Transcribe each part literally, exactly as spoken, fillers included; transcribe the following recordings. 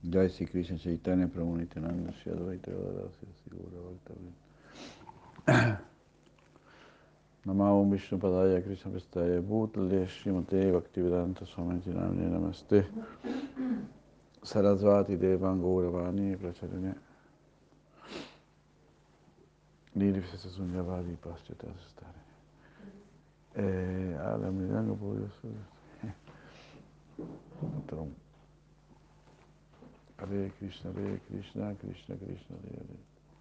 Jai Sri Krishna Chaitanya Prabhu Nityananda Shri Advaita Gadadhara Sigura Bhakta Namo Vishnu Padaya Krishna Prestaya Bhutale Srimate Bhaktivedanta Swamiti Namne Namaste Sarasvati Devangora Vani Pracharane Nirvisa Sunyavadi Paschatastare Alamridanga Puryasu Hare Krishna, Hare Krishna, Krishna Krishna, Hare Hare.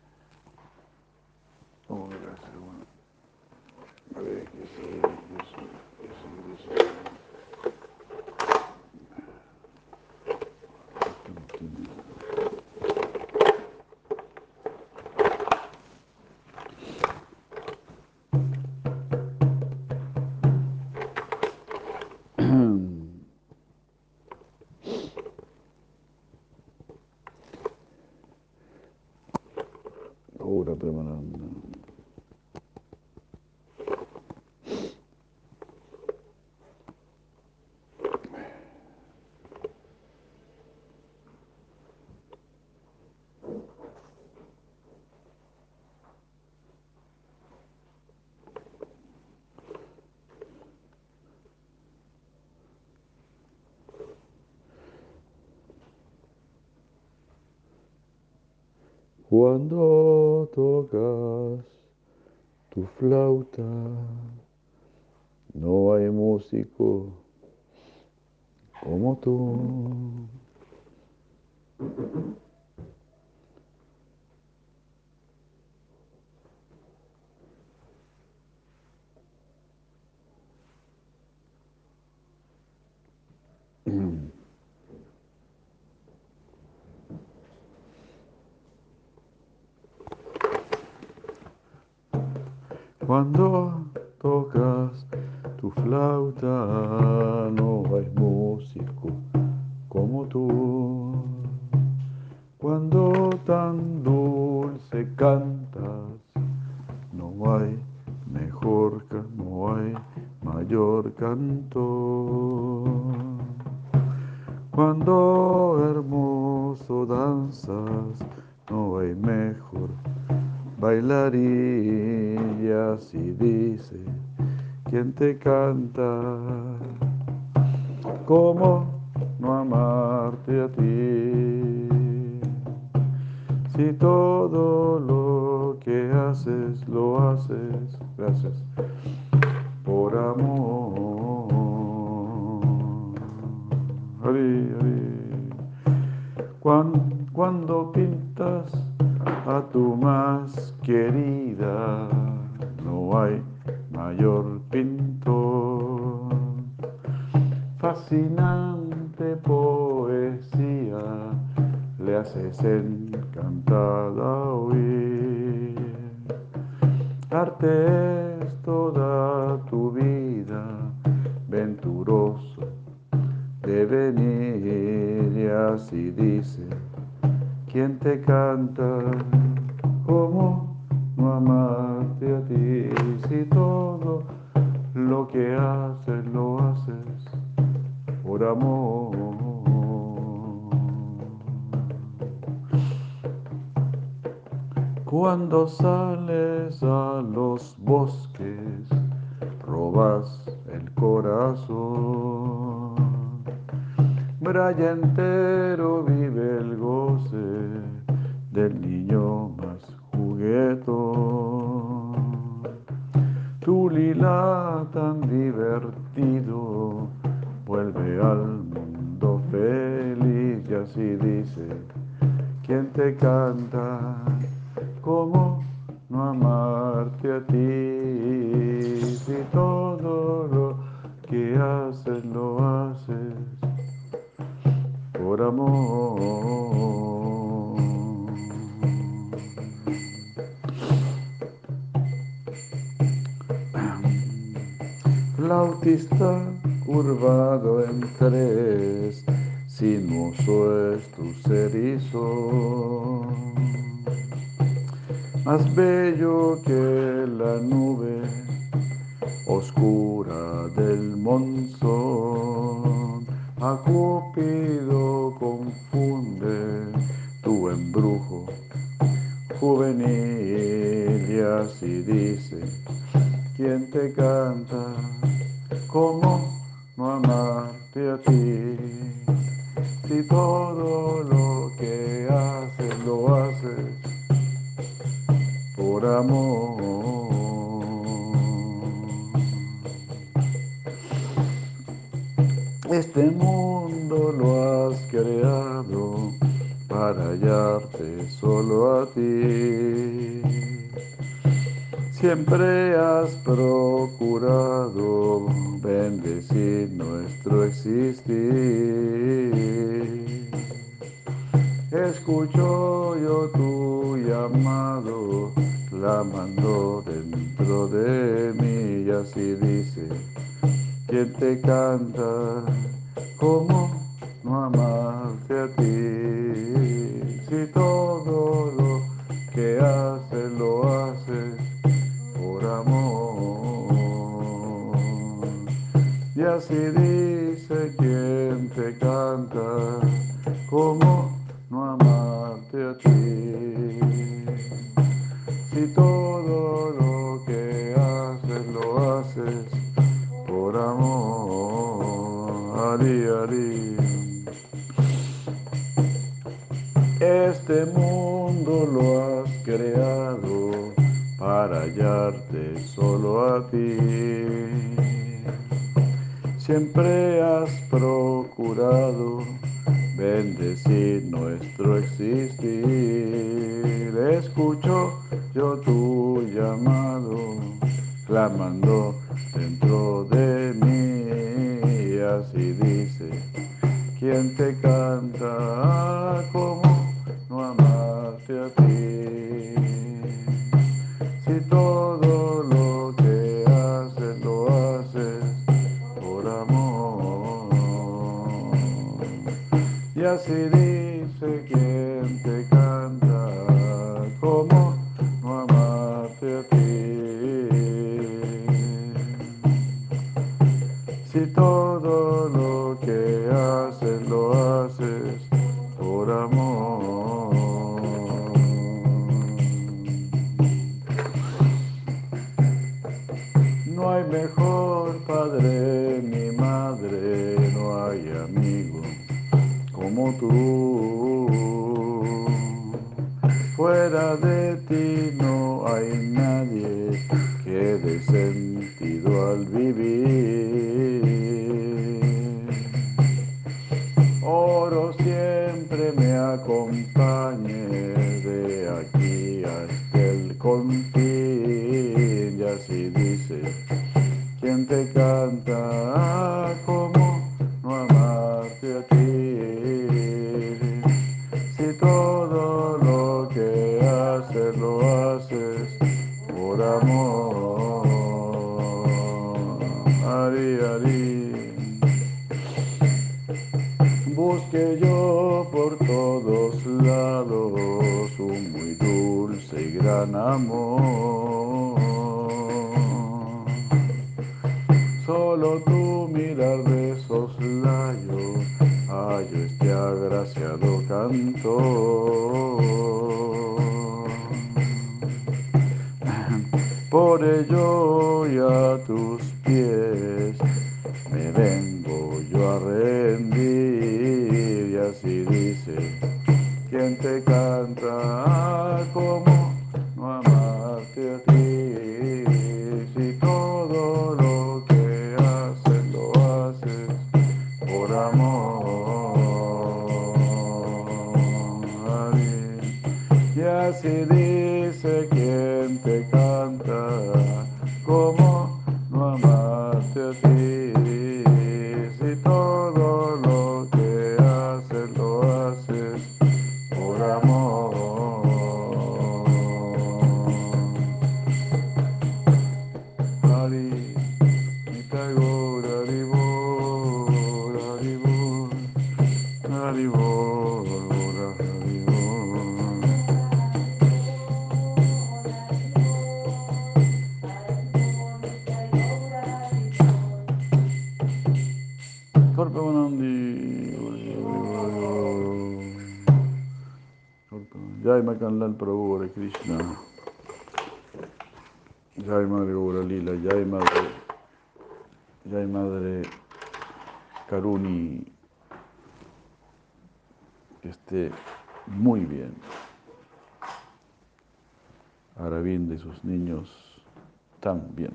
Oh, gracias, bueno. Hare Krishna, Hare Krishna, Krishna Krishna. Ora Premananda. Cuando tocas tu flauta, no hay músico como tú. Cuando tocas tu flauta, no hay músico como tú. Cuando tan dulce cantas, no hay mejor, no hay mayor canto. Cuando hermoso danzas, no hay mejor bailarín, y así dice quien te canta. ¿Cómo no amarte a ti? Si todo lo que haces, lo haces, gracias, por amor. Hari, hari. Cuando, cuando pintas a tu más querida, no hay mayor pintor. Fascinante poesía le haces encantada oír. Arte es toda tu vida, venturoso de venir, y así dice quien te canta. ¿Cómo no amarte a ti si todo lo que haces lo haces por amor? Cuando sales a los bosques, robas el corazón. Braya entero vive el goce del niño más juguetón. Tu lila tan divertido vuelve al mundo feliz, y así dice quien te canta. ¿Cómo no amarte a ti si todo lo que haces lo haces por amor? Flautista curvado en tres, sinuoso es tu cerizo, más bello que la nube oscura del monzón. A Cúpido confunde tu embrujo juvenil y así dice, ¿quién te canta? ¿Cómo no amarte a ti? Si todo lo que haces lo haces por amor. Este mundo lo has creado para hallarte solo a ti. Siempre has procurado bendecir nuestro existir. Escucho yo tu llamado, clamando dentro de mí, y así dice, ¿quién te canta? ¿Cómo no amarte a ti? Si todo lo que haces lo haces por amor. Y así dice, ¿quién te canta? ¿Cómo no amarte a ti? Si todo lo que haces lo haces por amor. Ari, ari. Este mundo lo has creado para hallarte solo a ti. Siempre has procurado bendecir nuestro existir. Escucho yo tu llamado, clamando dentro de mí, y así dice, ¿quién te canta? ¿Cómo no amarte a ti? Si todo lo que haces lo haces por amor. Y así dice, ¿quién te canta? ¿Cómo no amarte a ti? Si todo lo que haces lo haces por amor. No hay mejor padre ni madre, no hay amigo como tú. Fuera de ti no hay nadie que dé sentido al vivir. Oro siempre me acompañe de aquí hasta el confín, y así dice, ¿quién te canta? ¿Cómo no amarte a ti? Si todo lo que haces lo haces por amor. Ari, ari. Busqué yo por todos lados un muy dulce y gran amor. Solo tu mirar de soslayo hallo este agraciado canto. Por ello y a tus pies me vengo yo a rendir, y así dice, ¿quién te canta? ¿Cómo no amarte a ti? Si todo lo que haces lo haces por amor. Y así dice, ¿quién te canta? ¿Cómo no amarte a ti? Si todo lo que haces lo haces por amor. Hari, Nitagor, Haribol, Haribol, Haribol, Haribol. Jai Makanlal Prabhu, Hare Krishna. Jai Madre Gaura Lila, Jai Madre, Jai Madre Karuni. Que esté muy bien. Aravinda y sus niños también.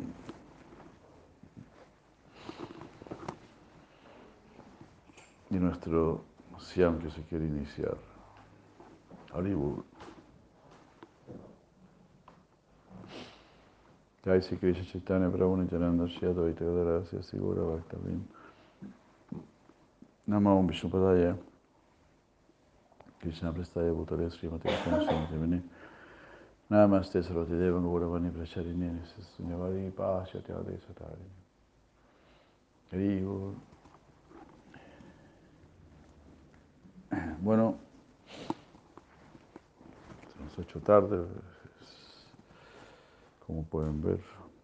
Y nuestro Siam que se quiere iniciar. Haribol. Jai Sri Krishna Chaitanya Prabhu Nityananda Shri Advaita Gadadhara Sri Gaura Bhaktavin. Namo Vishnupadaya Krishna Prestaya Bhutale Srimati Krishna Srimati Namaste Sarvati Devan Gauravani Pracharini Sunyavari Pashyati Ade Satari. Haribol. Bueno, se nos ha hecho tarde, como pueden ver.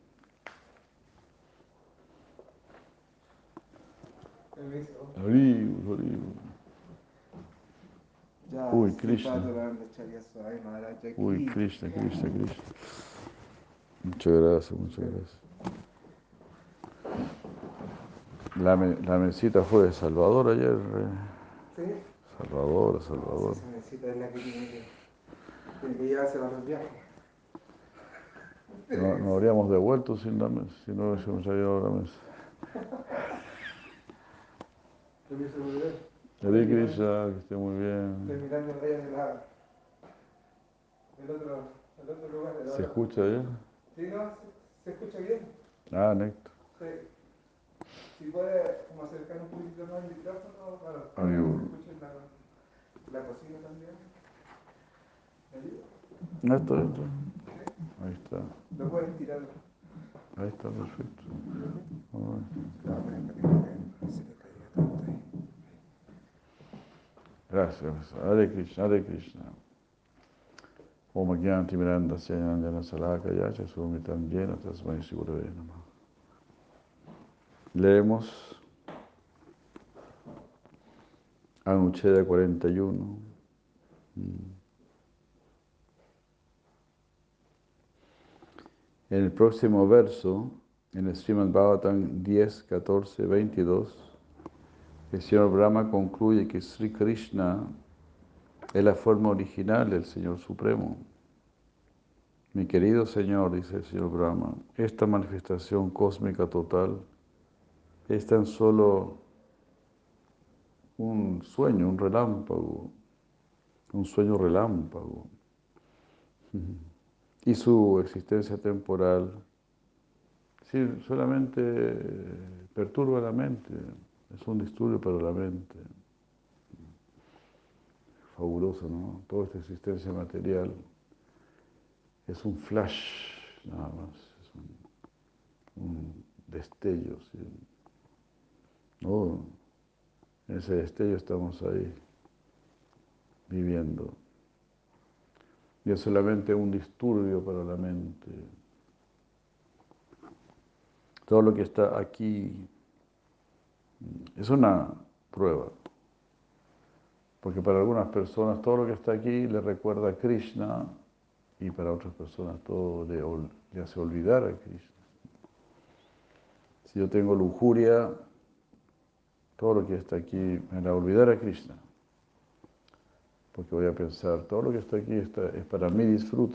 Haribol, Haribol. Uy, Krishna. Uy, Krishna, Krishna, Krishna. Muchas gracias, muchas gracias. La, me, la mesita fue de Salvador ayer. ¿Sí? Salvador, Salvador. Esa mesita es la que tiene que, tiene que llevarse para los viajes. No, no habríamos devuelto sin la mesa, si no hubiésemos llevado la mesa. Permiso de volver. Hare Krishna, que esté muy Estoy bien. mirando allá de la, el, otro, el otro lugar. El ¿Se otro. escucha bien? Sí, no, se, se escucha bien. Ah, Néctar. Sí. Si puede como acercar un poquito más el micrófono para que Ahí se voy. escuche en la, la cocina también. ¿Me ayuda? Ah, está, ahí está. ¿Sí? Ahí está. Lo puedes tirar. Ahí está, perfecto. Bueno. Lo voy a poner para que no se le caiga tanto ahí. Gracias. Hare Krishna, Hare Krishna. Om Gyanti Miranda Syanjana Salaka Yacha Sumitam Yena Tasmai Sigurave Namah. Leemos Anucheda cuarenta y uno. En el próximo verso, en el Srimad Bhagavatam diez, catorce, veintidós, el Señor Brahma concluye que Sri Krishna es la forma original del Señor Supremo. Mi querido Señor, dice el Señor Brahma, esta manifestación cósmica total es tan solo un sueño, un relámpago, un sueño relámpago. Y su existencia temporal sí, solamente perturba la mente, es un disturbio para la mente. Fabuloso, ¿no? Toda esta existencia material es un flash, nada más, es un, un destello. ¿Sí? ¿No? En ese destello estamos ahí, viviendo. Y es solamente un disturbio para la mente. Todo lo que está aquí es una prueba. Porque para algunas personas todo lo que está aquí le recuerda a Krishna y para otras personas todo le, le hace olvidar a Krishna. Si yo tengo lujuria, todo lo que está aquí me hará olvidar a Krishna. Porque voy a pensar, todo lo que está aquí está, es para mi disfrute.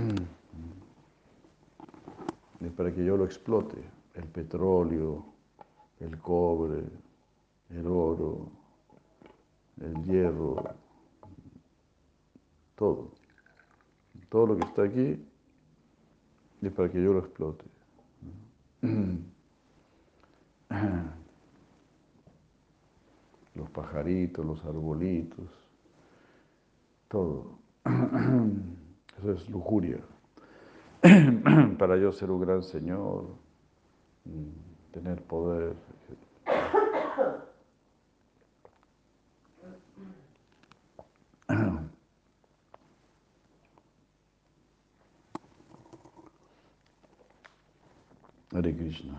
Es para que yo lo explote. El petróleo, el cobre, el oro, el hierro, todo. Todo lo que está aquí es para que yo lo explote. Los pajaritos, los arbolitos, todo. Eso es lujuria. Para yo ser un gran señor, tener poder. Hare Krishna.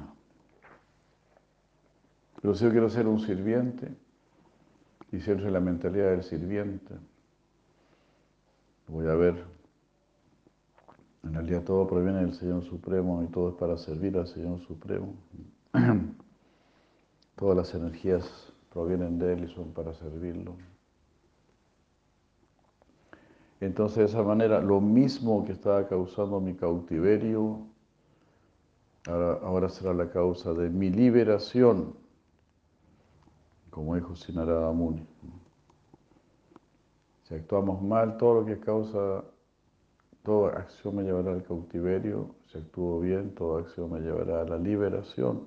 Pero si yo quiero ser un sirviente, y siempre la mentalidad del sirviente, voy a ver. En realidad todo proviene del Señor Supremo y todo es para servir al Señor Supremo. Todas las energías provienen de Él y son para servirlo. Entonces, de esa manera, lo mismo que estaba causando mi cautiverio, ahora, ahora será la causa de mi liberación, como dijo Sinarada Muni. Si actuamos mal, todo lo que causa, toda acción me llevará al cautiverio. Si actúo bien, toda acción me llevará a la liberación.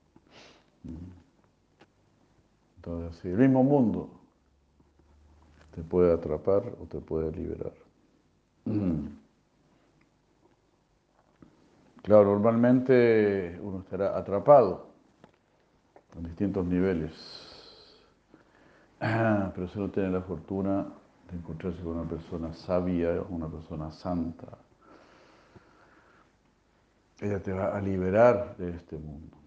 Entonces, sí, el mismo mundo te puede atrapar o te puede liberar. Claro, normalmente uno estará atrapado en distintos niveles, pero si uno tiene la fortuna de encontrarse con una persona sabia, una persona santa, ella te va a liberar de este mundo.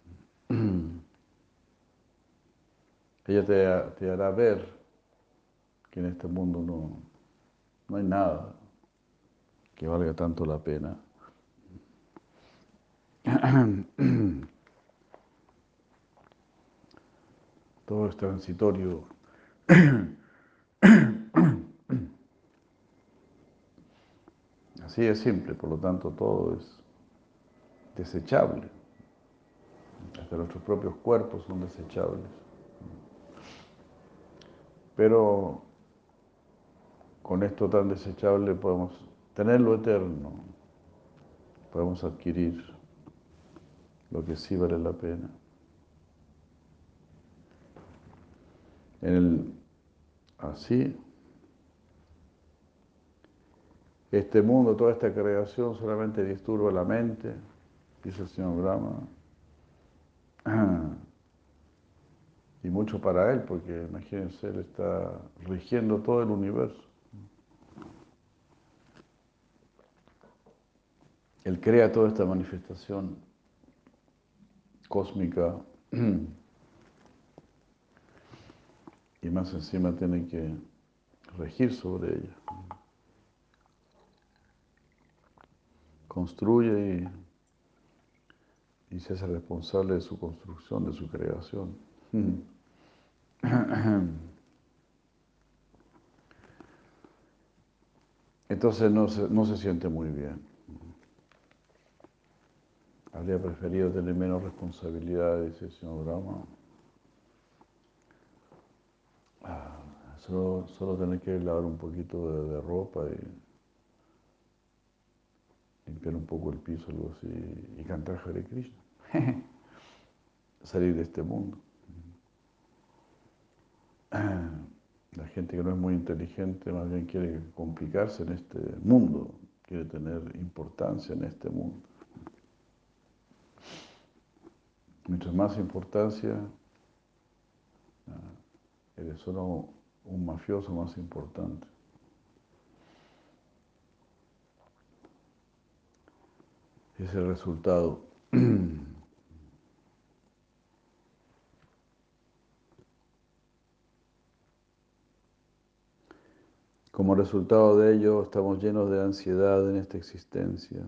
Ella te, te hará ver que en este mundo no, no hay nada que valga tanto la pena. Todo es transitorio. Así es simple, por lo tanto todo es desechable. Hasta nuestros propios cuerpos son desechables. Pero con esto tan desechable podemos tener lo eterno, podemos adquirir lo que sí vale la pena. En el, así, este mundo, toda esta creación solamente disturba la mente, dice el señor Brahma, y mucho para él, porque imagínense, él está rigiendo todo el universo. Él crea toda esta manifestación cósmica y más encima tiene que regir sobre ella. Construye y, y se hace responsable de su construcción, de su creación. Entonces no se, no se siente muy bien. Habría preferido tener menos responsabilidades, dice el señor Brahma. Ah, solo, solo tener que lavar un poquito de, de ropa y limpiar un poco el piso, algo así, y cantar Hare Krishna. Salir de este mundo. La gente que no es muy inteligente más bien quiere complicarse en este mundo, quiere tener importancia en este mundo. Mientras más importancia, eres solo un mafioso más importante. Ese es el resultado. Como resultado de ello, estamos llenos de ansiedad en esta existencia.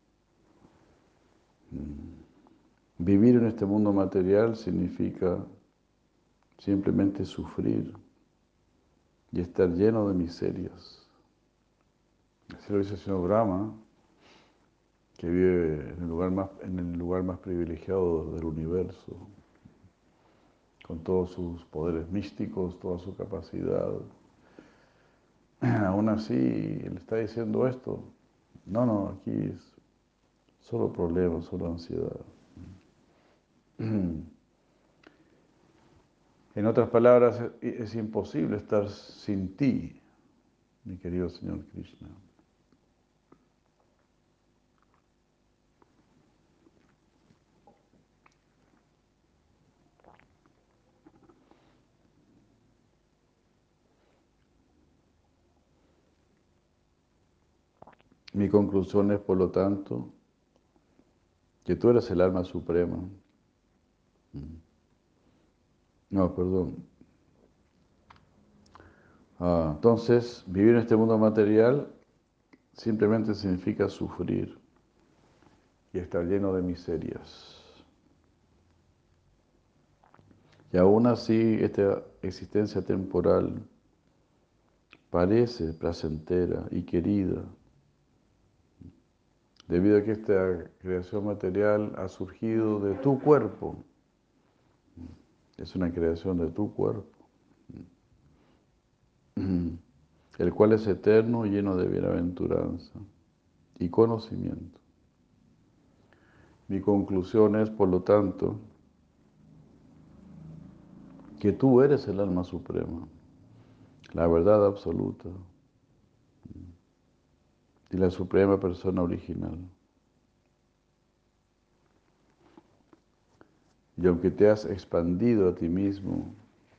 Vivir en este mundo material significa simplemente sufrir y estar lleno de miserias. Así lo dice el señor Brahma, que vive en el lugar más, en el lugar más privilegiado del universo, con todos sus poderes místicos, toda su capacidad. Aún así, él está diciendo esto. No, no, aquí es solo problemas, solo ansiedad. En otras palabras, es imposible estar sin ti, mi querido Señor Krishna. Mi conclusión es, por lo tanto, que tú eres el alma suprema. No, perdón. Ah, entonces, vivir en este mundo material simplemente significa sufrir y estar lleno de miserias. Y aún así, esta existencia temporal parece placentera y querida, debido a que esta creación material ha surgido de tu cuerpo. Es una creación de tu cuerpo, el cual es eterno y lleno de bienaventuranza y conocimiento. Mi conclusión es, por lo tanto, que tú eres el alma suprema, la verdad absoluta y la suprema persona original. Y aunque te has expandido a ti mismo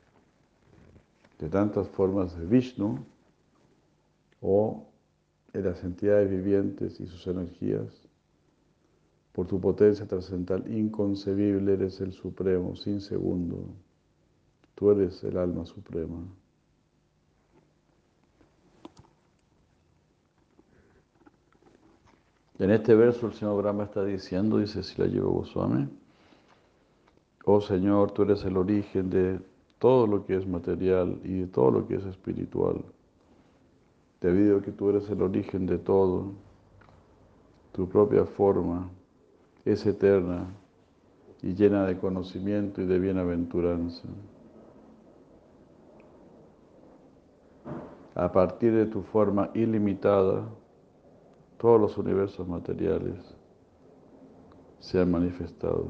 de tantas formas de Vishnu o de las entidades vivientes y sus energías, por tu potencia trascendental inconcebible eres el Supremo, sin segundo. Tú eres el alma suprema. En este verso el Señor Brahma está diciendo, dice Srila Jiva Goswami, oh Señor, tú eres el origen de todo lo que es material y de todo lo que es espiritual. Debido a que tú eres el origen de todo, tu propia forma es eterna y llena de conocimiento y de bienaventuranza. A partir de tu forma ilimitada, todos los universos materiales se han manifestado.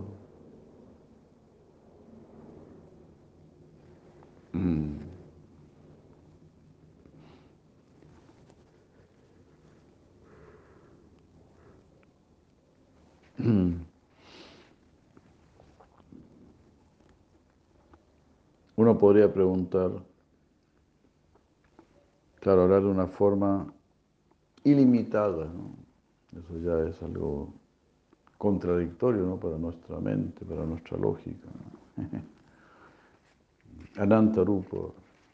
Mm. Uno podría preguntar, claro, hablar de una forma ilimitada, ¿no? Eso ya es algo contradictorio, ¿no? Para nuestra mente, para nuestra lógica. Ananta Rupa,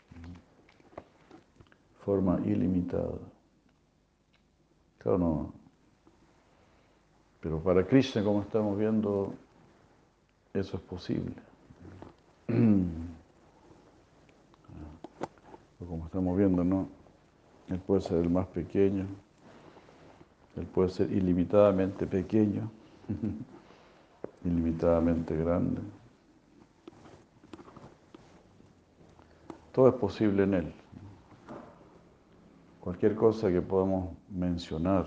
forma ilimitada. Claro, no. Pero para Krishna, como estamos viendo, eso es posible. Como estamos viendo, ¿no? Él puede ser el más pequeño, Él puede ser ilimitadamente pequeño, ilimitadamente grande. Todo es posible en Él. Cualquier cosa que podamos mencionar,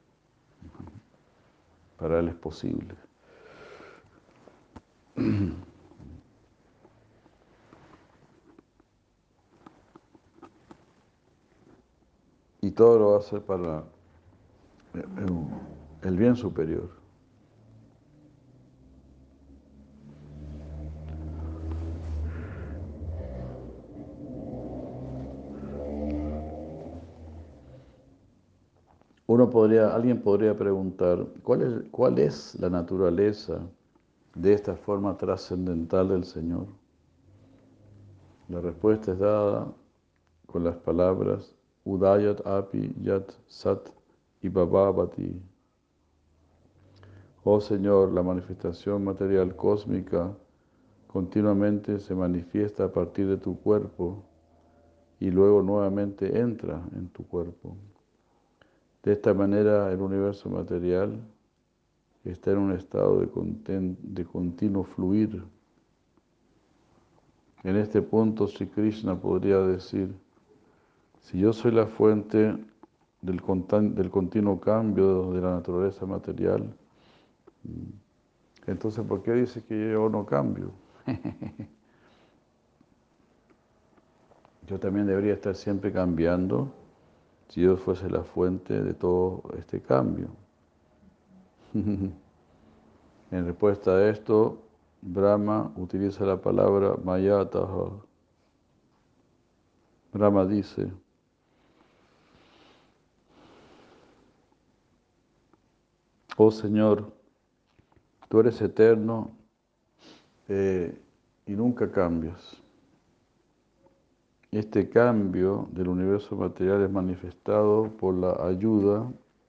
para Él es posible. Y todo lo va a hacer para el bien superior. Uno podría, alguien podría preguntar, ¿cuál es, cuál es la naturaleza de esta forma trascendental del Señor? La respuesta es dada con las palabras Udayat api yat sat y babavati. Oh Señor, la manifestación material cósmica continuamente se manifiesta a partir de tu cuerpo y luego nuevamente entra en tu cuerpo. De esta manera el universo material está en un estado de, conten, de continuo fluir. En este punto, Sri Krishna podría decir, si yo soy la fuente del, del continuo cambio de la naturaleza material, entonces ¿por qué dice que yo no cambio? Yo también debería estar siempre cambiando si yo fuese la fuente de todo este cambio. En respuesta a esto, Brahma utiliza la palabra mayataha. Brahma dice, oh Señor, tú eres eterno eh, y nunca cambias. este cambio del universo material es manifestado por la ayuda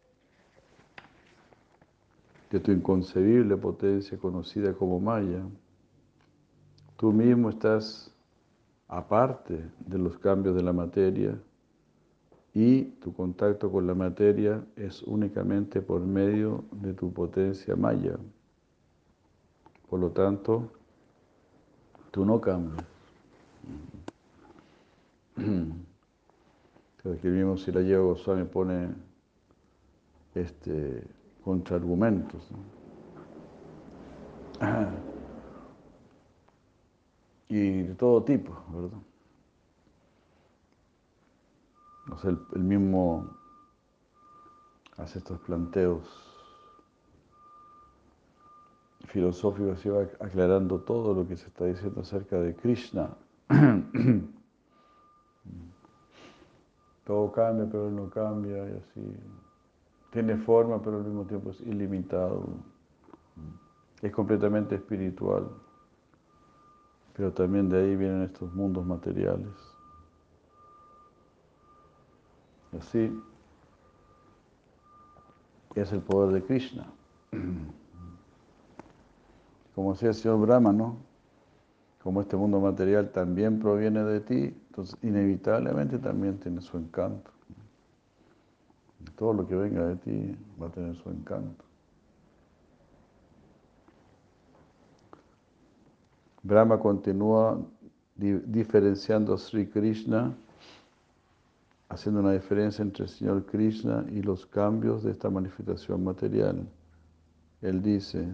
de tu inconcebible potencia conocida como Maya. Tú mismo estás aparte de los cambios de la materia y tu contacto con la materia es únicamente por medio de tu potencia Maya. Por lo tanto, tú no cambias. Creo que el mismo Siraya Goswami pone este, contraargumentos, ¿no? Y de todo tipo, ¿verdad? O sea, el, el mismo hace estos planteos filosóficos y va aclarando todo lo que se está diciendo acerca de Krishna. Todo cambia, pero él no cambia, y así. Tiene forma, pero al mismo tiempo es ilimitado. Es completamente espiritual. Pero también de ahí vienen estos mundos materiales. Así es el poder de Krishna. Como decía el señor Brahma, ¿no? Como este mundo material también proviene de ti, entonces inevitablemente también tiene su encanto. Todo lo que venga de ti va a tener su encanto. Brahma continúa di diferenciando a Sri Krishna, haciendo una diferencia entre el Señor Krishna y los cambios de esta manifestación material. Él dice,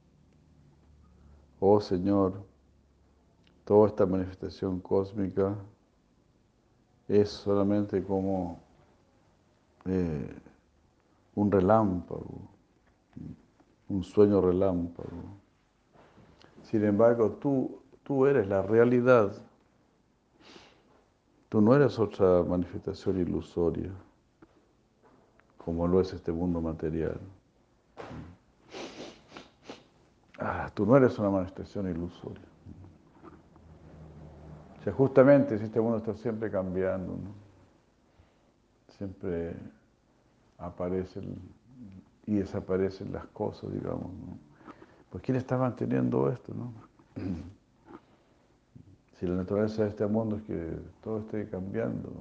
oh Señor, toda esta manifestación cósmica es solamente como eh, un relámpago, un sueño relámpago. Sin embargo, tú, tú eres la realidad. Tú no eres otra manifestación ilusoria, como lo es este mundo material. Ah, tú no eres una manifestación ilusoria. O sea, justamente si este mundo está siempre cambiando, ¿no? Siempre aparecen y desaparecen las cosas, digamos, ¿no? Pues ¿quién está manteniendo esto, no? Si la naturaleza de este mundo es que todo esté cambiando,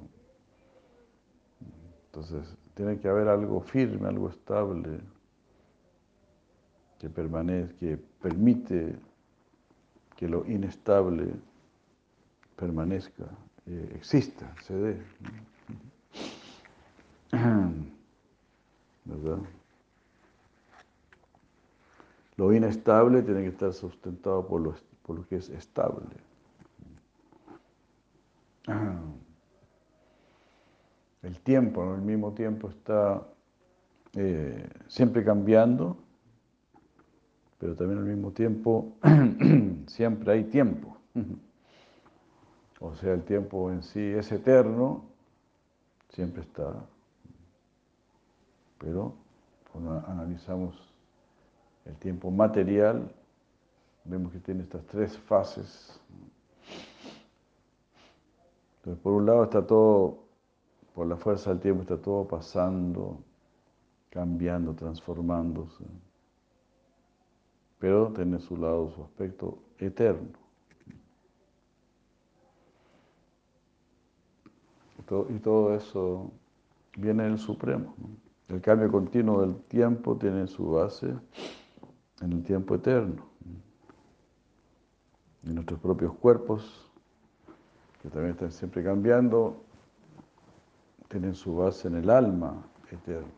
entonces tiene que haber algo firme, algo estable, que permanezca, que permite que lo inestable permanezca, eh, exista, se dé, ¿verdad? Lo inestable tiene que estar sustentado por lo, por lo que es estable. El tiempo, ¿no? El mismo tiempo está eh, siempre cambiando, pero también al mismo tiempo siempre hay tiempo. O sea, el tiempo en sí es eterno, siempre está, pero cuando analizamos el tiempo material, vemos que tiene estas tres fases. Entonces, por un lado está todo, por la fuerza del tiempo, está todo pasando, cambiando, transformándose, pero tiene su lado, su aspecto eterno. Y todo, y todo eso viene del Supremo, ¿no? El cambio continuo del tiempo tiene su base en el tiempo eterno. Y nuestros propios cuerpos, que también están siempre cambiando, tienen su base en el alma eterna.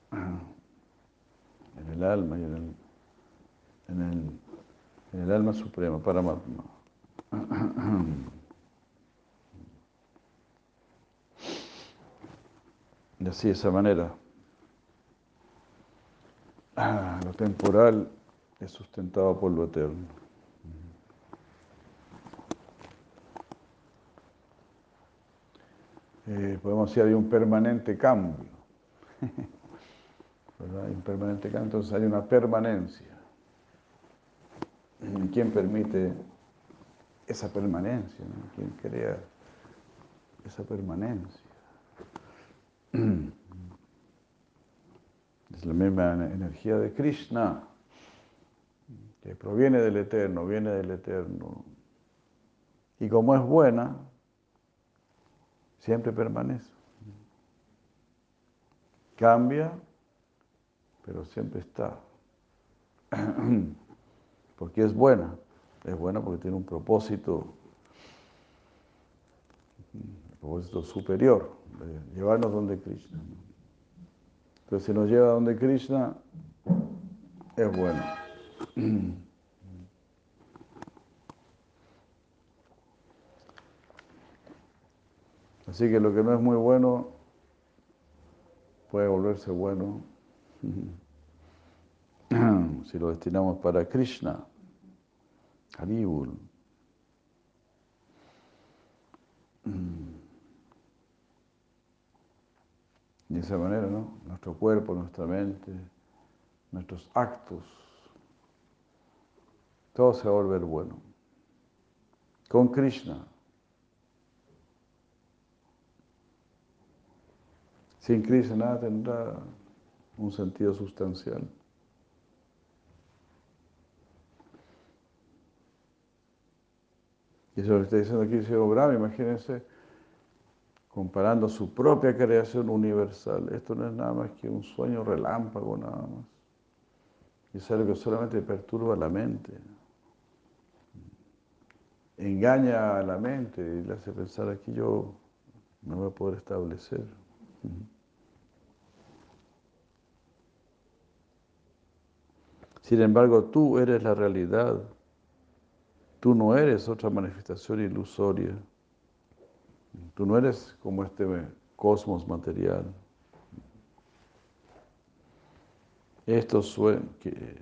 En el alma y en el, en el, en el alma suprema, Paramatma. Y así, de esa manera, lo temporal es sustentado por lo eterno. Eh, podemos decir, hay un permanente cambio, ¿verdad? Hay un permanente cambio, entonces hay una permanencia. ¿Y quién permite esa permanencia, ¿no? ¿Quién crea esa permanencia. Es la misma energía de Krishna, que proviene del Eterno, viene del Eterno. Y como es buena, siempre permanece. Cambia, pero siempre está. Porque es buena. Es buena porque tiene un propósito, un propósito superior, de llevarnos donde Krishna. Entonces, si nos lleva donde Krishna, es bueno. Así que lo que no es muy bueno puede volverse bueno si lo destinamos para Krishna. Haribol. De esa manera, ¿no? Nuestro cuerpo, nuestra mente, nuestros actos, todo se va a volver bueno. Con Krishna. Sin Krishna nada tendrá un sentido sustancial. Y eso lo está diciendo aquí el señor Brahma, imagínense, comparando su propia creación universal. Esto no es nada más que un sueño relámpago, nada más. Es algo que solamente perturba la mente. Engaña a la mente y le hace pensar aquí yo me voy a poder establecer. Sin embargo, tú eres la realidad. Tú no eres otra manifestación ilusoria. Tú no eres como este cosmos material. Esto suena que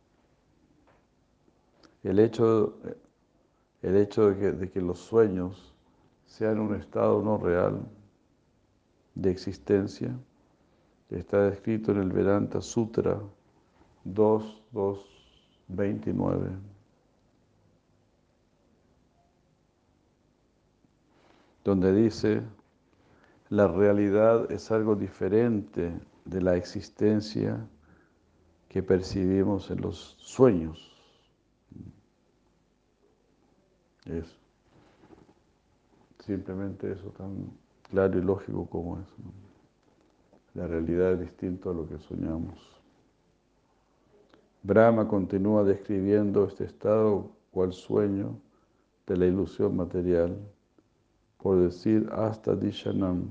el hecho, el hecho de que, de que los sueños sean un estado no real de existencia, está descrito en el Vedanta Sutra dos, dos, veintinueve. Donde dice, la realidad es algo diferente de la existencia que percibimos en los sueños. Es simplemente eso, tan claro y lógico como es, ¿no? La realidad es distinta a lo que soñamos. Brahma continúa describiendo este estado cual sueño de la ilusión material, por decir hasta Dishanam.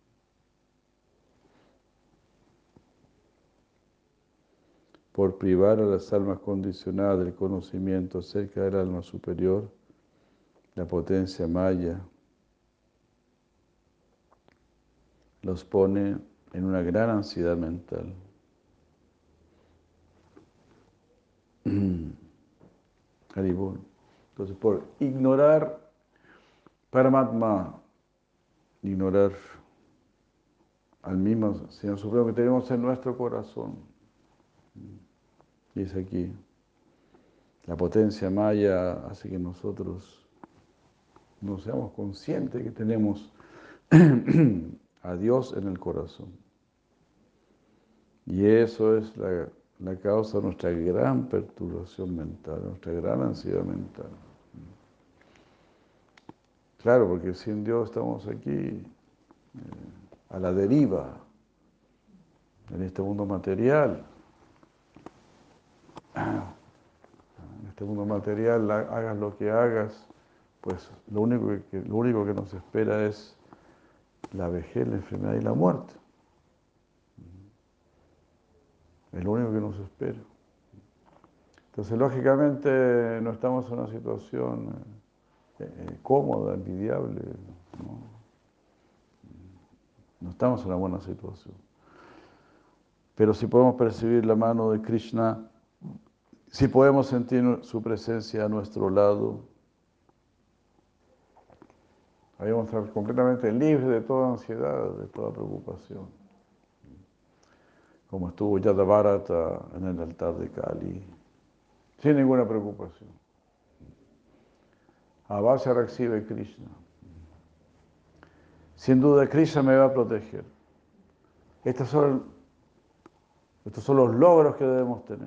Por privar a las almas condicionadas del conocimiento acerca del alma superior, la potencia maya los pone en una gran ansiedad mental. Haribol. Entonces, por ignorar Paramatma, ignorar al mismo Señor Supremo que tenemos en nuestro corazón. Dice aquí, la potencia maya hace que nosotros no seamos conscientes que tenemos a Dios en el corazón. Y eso es la, la causa de nuestra gran perturbación mental, nuestra gran ansiedad mental. Claro, porque sin Dios estamos aquí eh, a la deriva, en este mundo material. En este mundo material, hagas lo que hagas, pues lo único que, lo único que nos espera es la vejez, la enfermedad y la muerte. Es lo único que nos espera. Entonces, lógicamente, no estamos en una situación eh, eh, cómoda, envidiable, ¿no? No estamos en una buena situación. Pero si podemos percibir la mano de Krishna, si podemos sentir su presencia a nuestro lado, ahí vamos a estar completamente libres de toda ansiedad, de toda preocupación. Como estuvo Yadavarata en el altar de Kali, sin ninguna preocupación. Abhasya recibe Krishna. sin duda Krishna me va a proteger. Estos son, estos son los logros que debemos tener.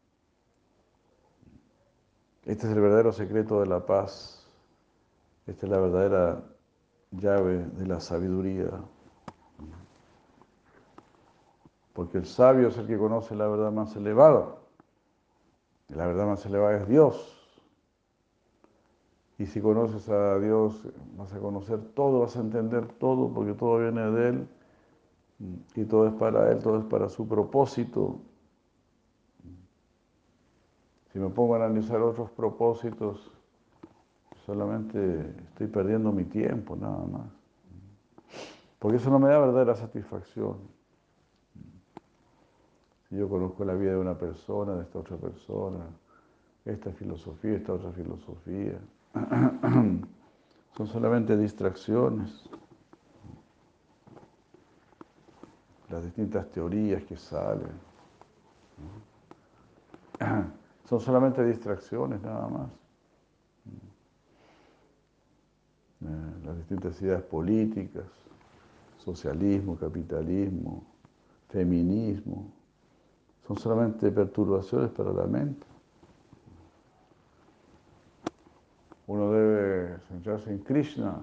Este es el verdadero secreto de la paz. Esta es la verdadera llave de la sabiduría. Porque el sabio es el que conoce la verdad más elevada. Y la verdad más elevada es Dios. Y si conoces a Dios, vas a conocer todo, vas a entender todo, porque todo viene de Él. Y todo es para Él, todo es para su propósito. Si me pongo a analizar otros propósitos, solamente estoy perdiendo mi tiempo, nada más. Porque eso no me da verdadera satisfacción. Si yo conozco la vida de una persona, de esta otra persona, esta filosofía, esta otra filosofía, son solamente distracciones. Las distintas teorías que salen. Son solamente distracciones, nada más. Las distintas ideas políticas, socialismo, capitalismo, feminismo, son solamente perturbaciones para la mente. Uno debe centrarse en Krishna.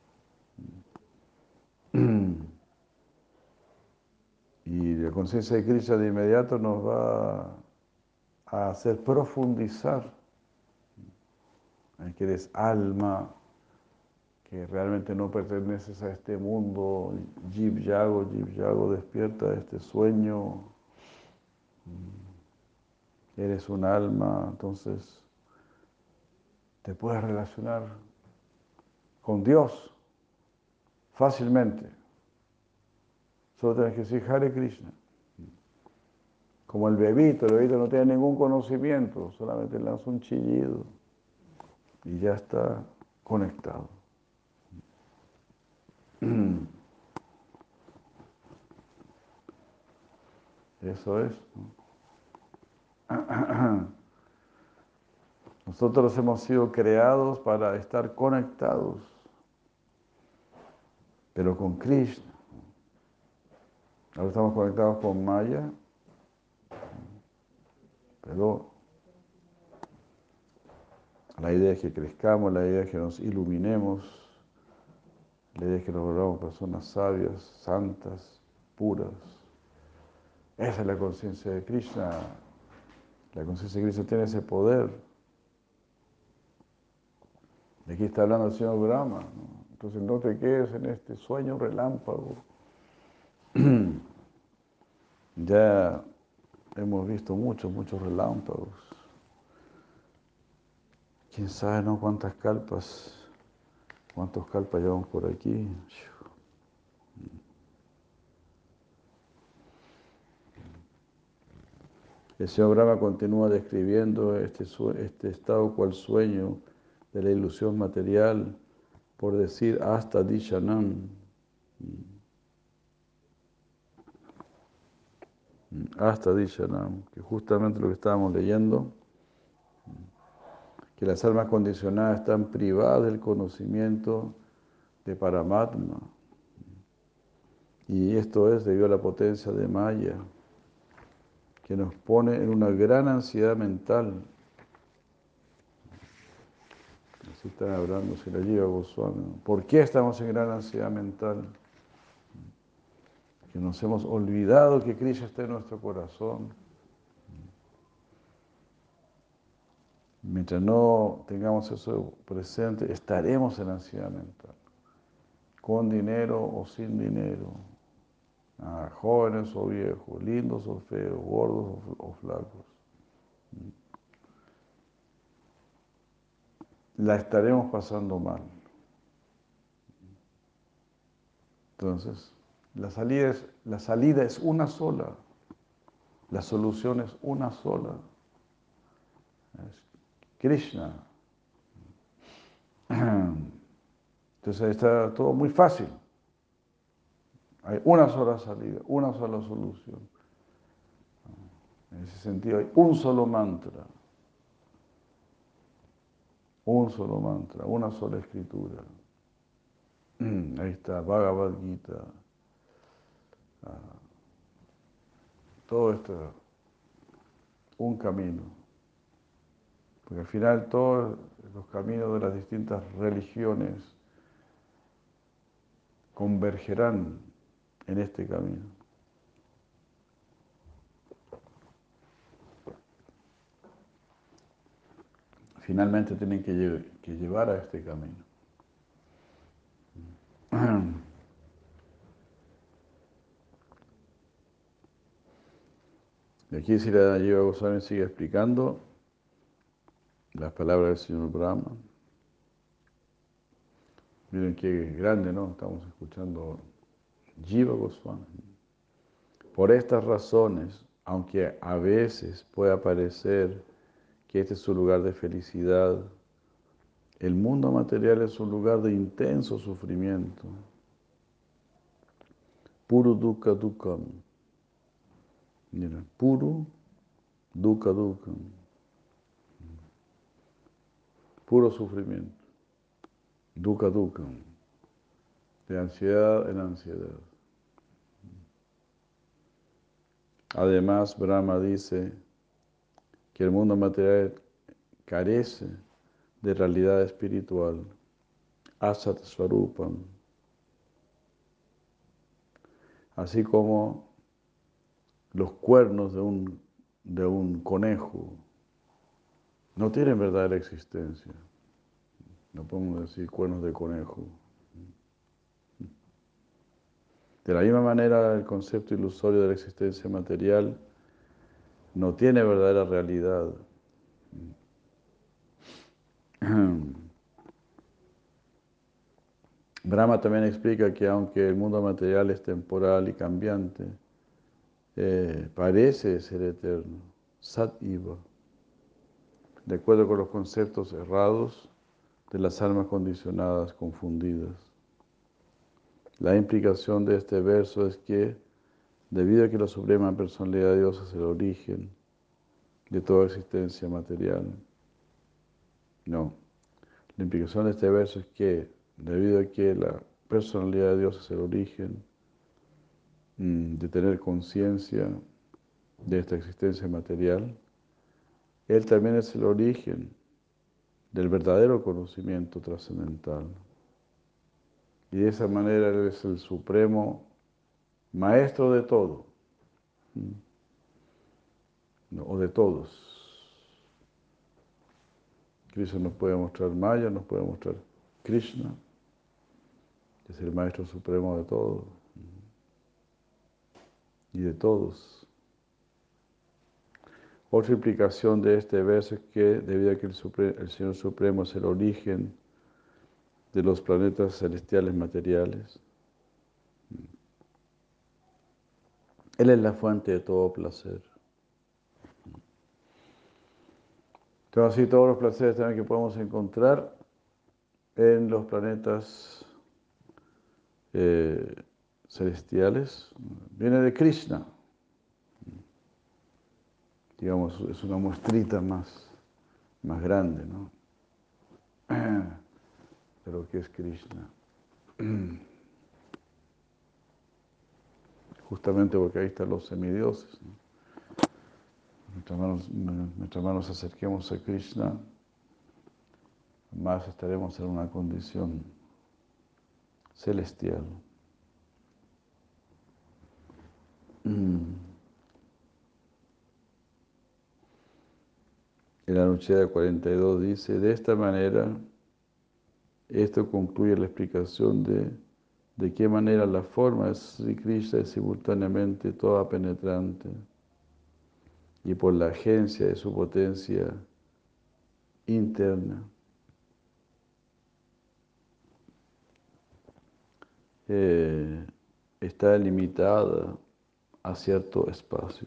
Y la conciencia de Krishna de inmediato nos va a hacer profundizar en que eres alma, que realmente no perteneces a este mundo, Jiv Yago, Jiv Yago, despierta de este sueño, eres un alma, entonces te puedes relacionar con Dios fácilmente. Solo tienes que decir Hare Krishna. Como el bebito, el bebito no tiene ningún conocimiento, solamente lanza un chillido y ya está conectado. Eso es. Nosotros hemos sido creados para estar conectados, pero con Krishna. Ahora estamos conectados con Maya, pero la idea es que crezcamos, la idea es que nos iluminemos, la idea es que nos volvamos personas sabias, santas, puras. Esa es la conciencia de Krishna. La conciencia de Krishna tiene ese poder. De aquí está hablando el señor Brahma, ¿no? Entonces no te quedes en este sueño relámpago. Ya hemos visto muchos, muchos relámpagos. Quién sabe, ¿no? Cuántas kalpas, cuántos kalpas llevamos por aquí. El señor Brahma continúa describiendo este, este estado cual sueño de la ilusión material, por decir hasta Dishanam. Hasta Dishanam, que justamente lo que estábamos leyendo, que las almas condicionadas están privadas del conocimiento de Paramatma. Y esto es debido a la potencia de Maya, que nos pone en una gran ansiedad mental. Así están hablando Srila Goswami. ¿Por qué estamos en gran ansiedad mental? Que nos hemos olvidado que Krishna está en nuestro corazón. Mientras no tengamos eso presente, estaremos en ansiedad mental, con dinero o sin dinero, ah, jóvenes o viejos, lindos o feos, gordos o flacos. La estaremos pasando mal. Entonces, la salida es, la salida es una sola, la solución es una sola. Es Krishna. Entonces ahí está todo muy fácil. Hay una sola salida, una sola solución. En ese sentido hay un solo mantra. Un solo mantra, una sola escritura. Ahí está, Bhagavad Gita. Ah, todo esto, un camino. Porque al final todos los caminos de las distintas religiones convergerán en este camino. Finalmente tienen que, lle que llevar a este camino. Y aquí Srila Jiva Goswami sigue explicando las palabras del señor Brahma. Miren qué grande, ¿no? Estamos escuchando Jiva Goswami. Por estas razones, aunque a veces pueda parecer que este es su lugar de felicidad, el mundo material es un lugar de intenso sufrimiento. Puro dukkha dukkam. Mira, puro dukkha dukkam. Puro sufrimiento. Dukkha dukkam. De ansiedad en ansiedad. Además, Brahma dice que el mundo material carece de realidad espiritual, asat swarupam, así como los cuernos de un, de un conejo no tienen verdadera existencia. No podemos decir cuernos de conejo. De la misma manera, el concepto ilusorio de la existencia material no tiene verdadera realidad. Brahma también explica que aunque el mundo material es temporal y cambiante, eh, parece ser eterno, sat iva, de acuerdo con los conceptos errados de las almas condicionadas, confundidas. La implicación de este verso es que, debido a que la Suprema Personalidad de Dios es el origen de toda existencia material, no, la implicación de este verso es que, debido a que la personalidad de Dios es el origen mm, de tener conciencia de esta existencia material, Él también es el origen del verdadero conocimiento trascendental. Y de esa manera Él es el supremo maestro de todo, ¿no? O de todos. Krishna nos puede mostrar Maya, nos puede mostrar Krishna, que es el maestro supremo de todo y de todos. Otra implicación de este verso es que, debido a que el, Supre- el Señor Supremo es el origen de los planetas celestiales materiales, Él es la fuente de todo placer. Entonces, así todos los placeres también que podemos encontrar en los planetas eh, celestiales, viene de Krishna. Digamos, es una muestrita más, más grande, ¿no? De lo que es Krishna. Justamente porque ahí están los semidioses, ¿no? Mientras más, mientras más nos acerquemos a Krishna, más estaremos en una condición celestial. En la Anucheda cuarenta y dos dice, de esta manera, esto concluye la explicación de de qué manera la forma de Sri Krishna es simultáneamente toda penetrante y por la agencia de su potencia interna eh, está limitada a cierto espacio.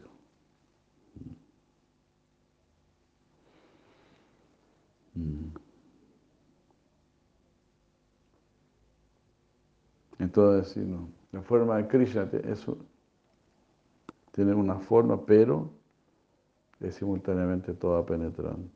Entonces, sí, no. La forma de Krishna es, tiene una forma, pero es simultáneamente toda penetrante.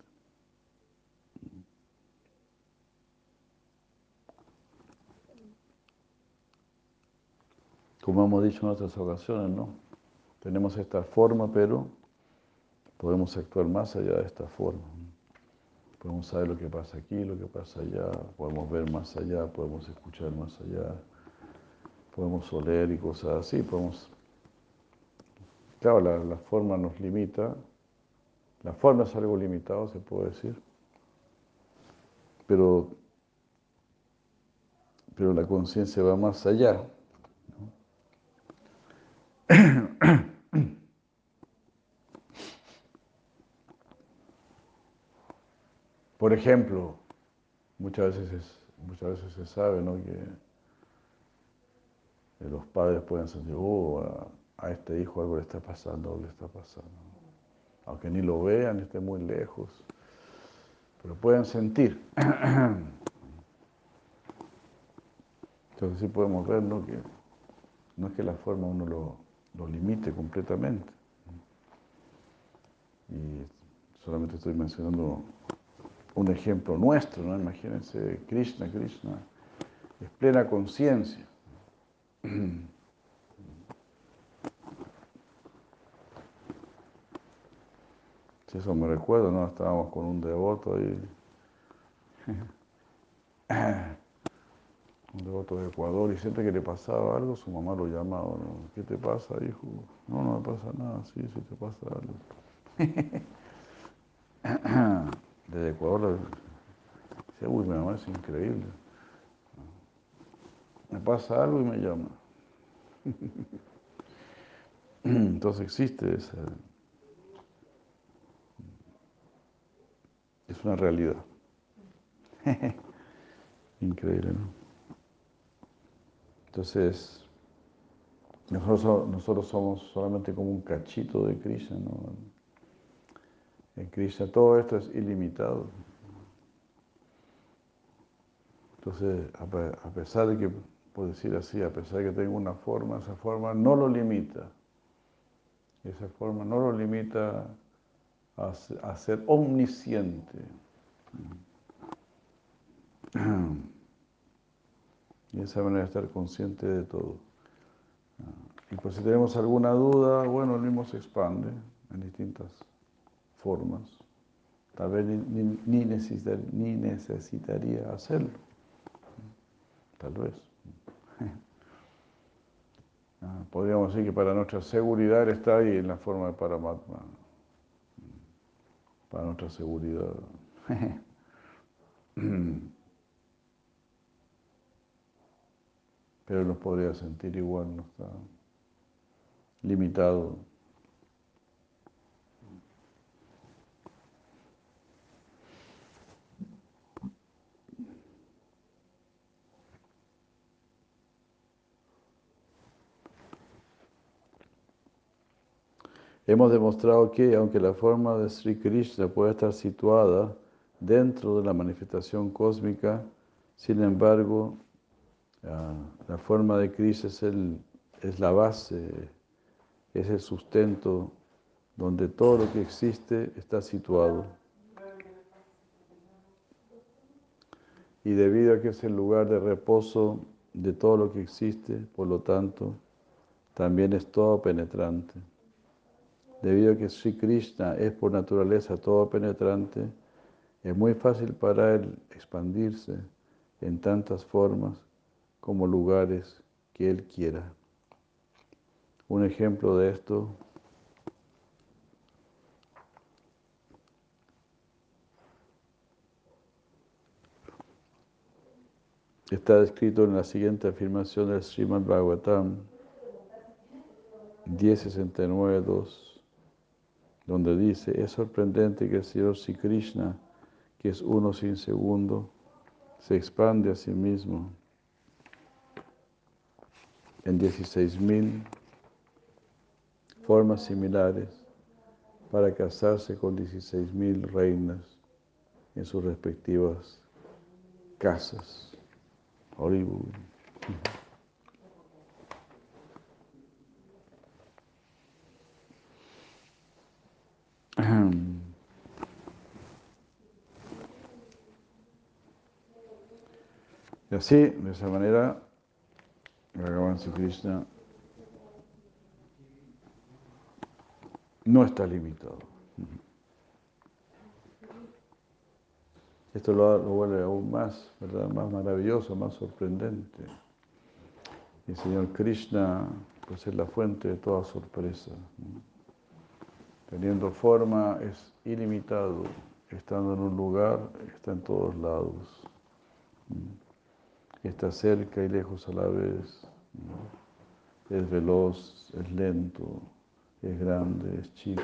como hemos dicho en otras ocasiones, ¿no? Tenemos esta forma, pero podemos actuar más allá de esta forma. Podemos saber lo que pasa aquí, lo que pasa allá, podemos ver más allá, podemos escuchar más allá, podemos oler y cosas así. Podemos... Claro, la, la forma nos limita, la forma es algo limitado, se puede decir, pero, pero la conciencia va más allá. Por ejemplo, muchas veces, es, muchas veces se sabe, ¿no?, que los padres pueden sentir, oh, a, a este hijo algo le está pasando, algo le está pasando. Aunque ni lo vean, esté muy lejos, pero pueden sentir. Entonces sí podemos ver, ¿no?, que no es que la forma uno lo, lo limite completamente. Y solamente estoy mencionando un ejemplo nuestro, ¿no? Imagínense, Krishna, Krishna, es plena conciencia. Si eso me recuerdo, ¿no? Estábamos con un devoto ahí, un devoto de Ecuador, y siempre que le pasaba algo, su mamá lo llamaba, ¿no? ¿Qué te pasa, hijo? No, no me pasa nada, sí, sí te pasa algo. Desde Ecuador, decía, uy, mi mamá es increíble. Me pasa algo y me llama. Entonces existe esa, es una realidad. Increíble, ¿no? Entonces, nosotros, nosotros somos solamente como un cachito de Krishna, ¿no? En Krishna todo esto es ilimitado. Entonces, a pesar de que, por decir así, a pesar de que tengo una forma, esa forma no lo limita. Esa forma no lo limita a, a ser omnisciente. Y esa manera de estar consciente de todo. Y pues si tenemos alguna duda, bueno, el mismo se expande en distintas formas. Tal vez ni, ni, ni, necesitar, ni necesitaría hacerlo. Tal vez. Podríamos decir que para nuestra seguridad está ahí en la forma de Paramatma. Para nuestra seguridad. Pero nos podría sentir igual, no está limitado. Hemos demostrado que, aunque la forma de Sri Krishna puede estar situada dentro de la manifestación cósmica, sin embargo, la forma de Krishna es, el, es la base, es el sustento donde todo lo que existe está situado. Y debido a que es el lugar de reposo de todo lo que existe, por lo tanto, también es todo penetrante. Debido a que Sri Krishna es por naturaleza todo penetrante, es muy fácil para él expandirse en tantas formas como lugares que él quiera. Un ejemplo de esto está descrito en la siguiente afirmación del Srimad Bhagavatam diez sesenta y nueve dos, donde dice, es sorprendente que el Señor Sri Krishna, que es uno sin segundo, se expande a sí mismo en dieciséis mil formas similares para casarse con dieciséis mil reinas en sus respectivas casas. Hollywood. Y así, de esa manera, Bhagavan Sri Krishna no está limitado. Esto lo, lo vuelve aún más, ¿verdad? Más maravilloso, más sorprendente. El Señor Krishna pues, es la fuente de toda sorpresa. Teniendo forma es ilimitado, estando en un lugar está en todos lados. Está cerca y lejos a la vez. Es veloz, es lento, es grande, es chico.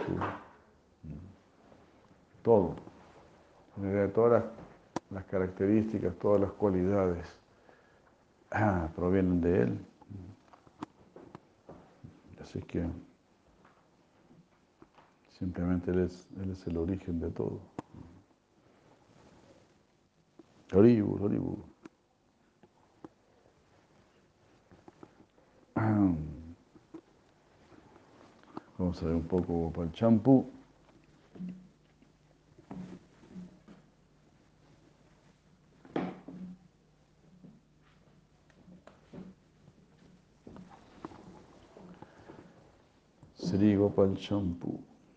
Todo. En realidad, todas las, las características, todas las cualidades ah, provienen de Él. Así que simplemente Él es, Él es el origen de todo. Haribur, Haribur. Vamos a ver un poco para el champú. Sri Gopal Champú.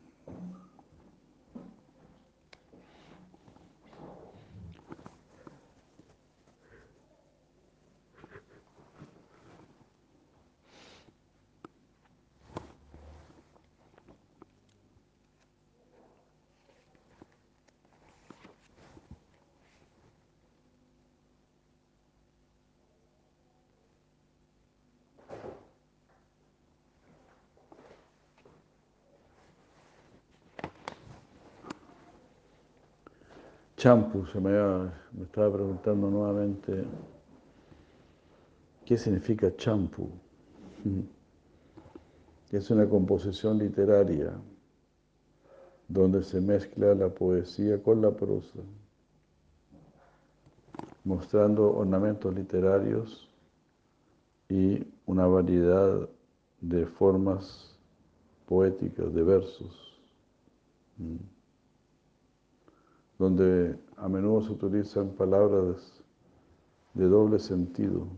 Champú, se me, había- me estaba preguntando nuevamente, ¿qué significa champú? Es una composición literaria donde se mezcla la poesía con la prosa, mostrando ornamentos literarios y una variedad de formas poéticas, de versos, donde a menudo se utilizan palabras de doble sentido.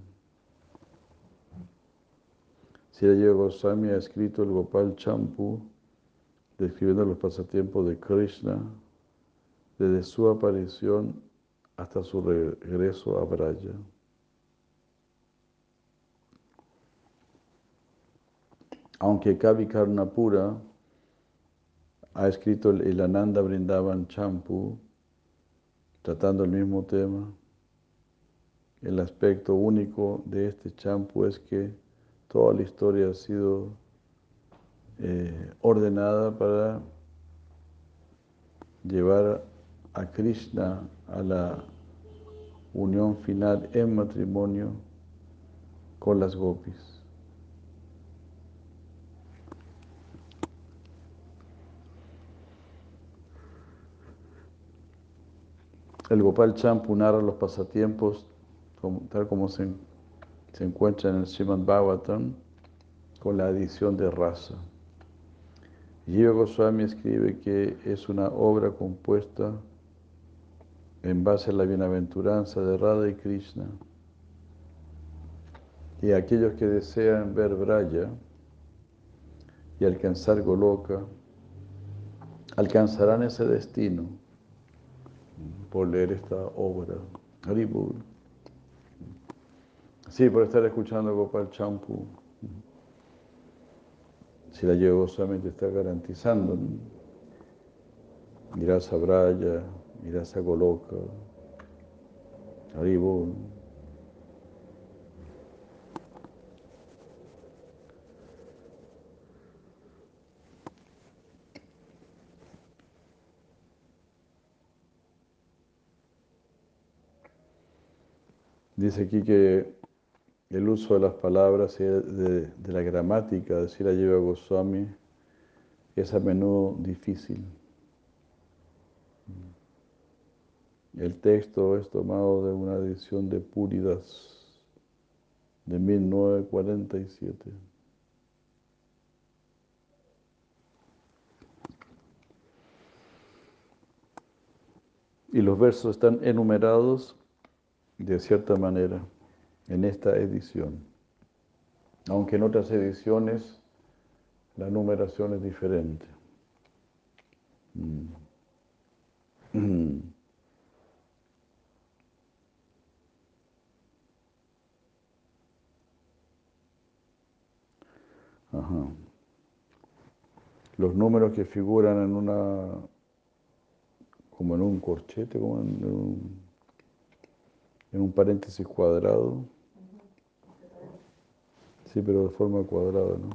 Srila Jiva Goswami ha escrito el Gopal Champú, describiendo los pasatiempos de Krishna desde su aparición hasta su regreso a Braya. Aunque Kavi Karnapura ha escrito el Ananda Vrindavan Champú, tratando el mismo tema, el aspecto único de este champú es que toda la historia ha sido eh, ordenada para llevar a Krishna a la unión final en matrimonio con las gopis. El Gopal Champú narra los pasatiempos como, tal como se, se encuentra en el Srimad Bhagavatam con la adición de rasa. Jiva Goswami escribe que es una obra compuesta en base a la bienaventuranza de Radha y Krishna. Y aquellos que desean ver Braya y alcanzar Goloka, alcanzarán ese destino por leer esta obra. Haribol. Sí, por estar escuchando Gopal Champú. Si la llevo solamente está garantizando, ¿no? Irás a Braya, irás a Goloka. Haribol. Dice aquí que el uso de las palabras y de, de la gramática de Srila Jiva Goswami es a menudo difícil. El texto es tomado de una edición de Puridas de mil novecientos cuarenta y siete. Y los versos están enumerados de cierta manera en esta edición. Aunque en otras ediciones la numeración es diferente. Mm. Mm. Ajá. Los números que figuran en una, como en un corchete, como en un, en un paréntesis cuadrado. Sí, pero de forma cuadrada, ¿no?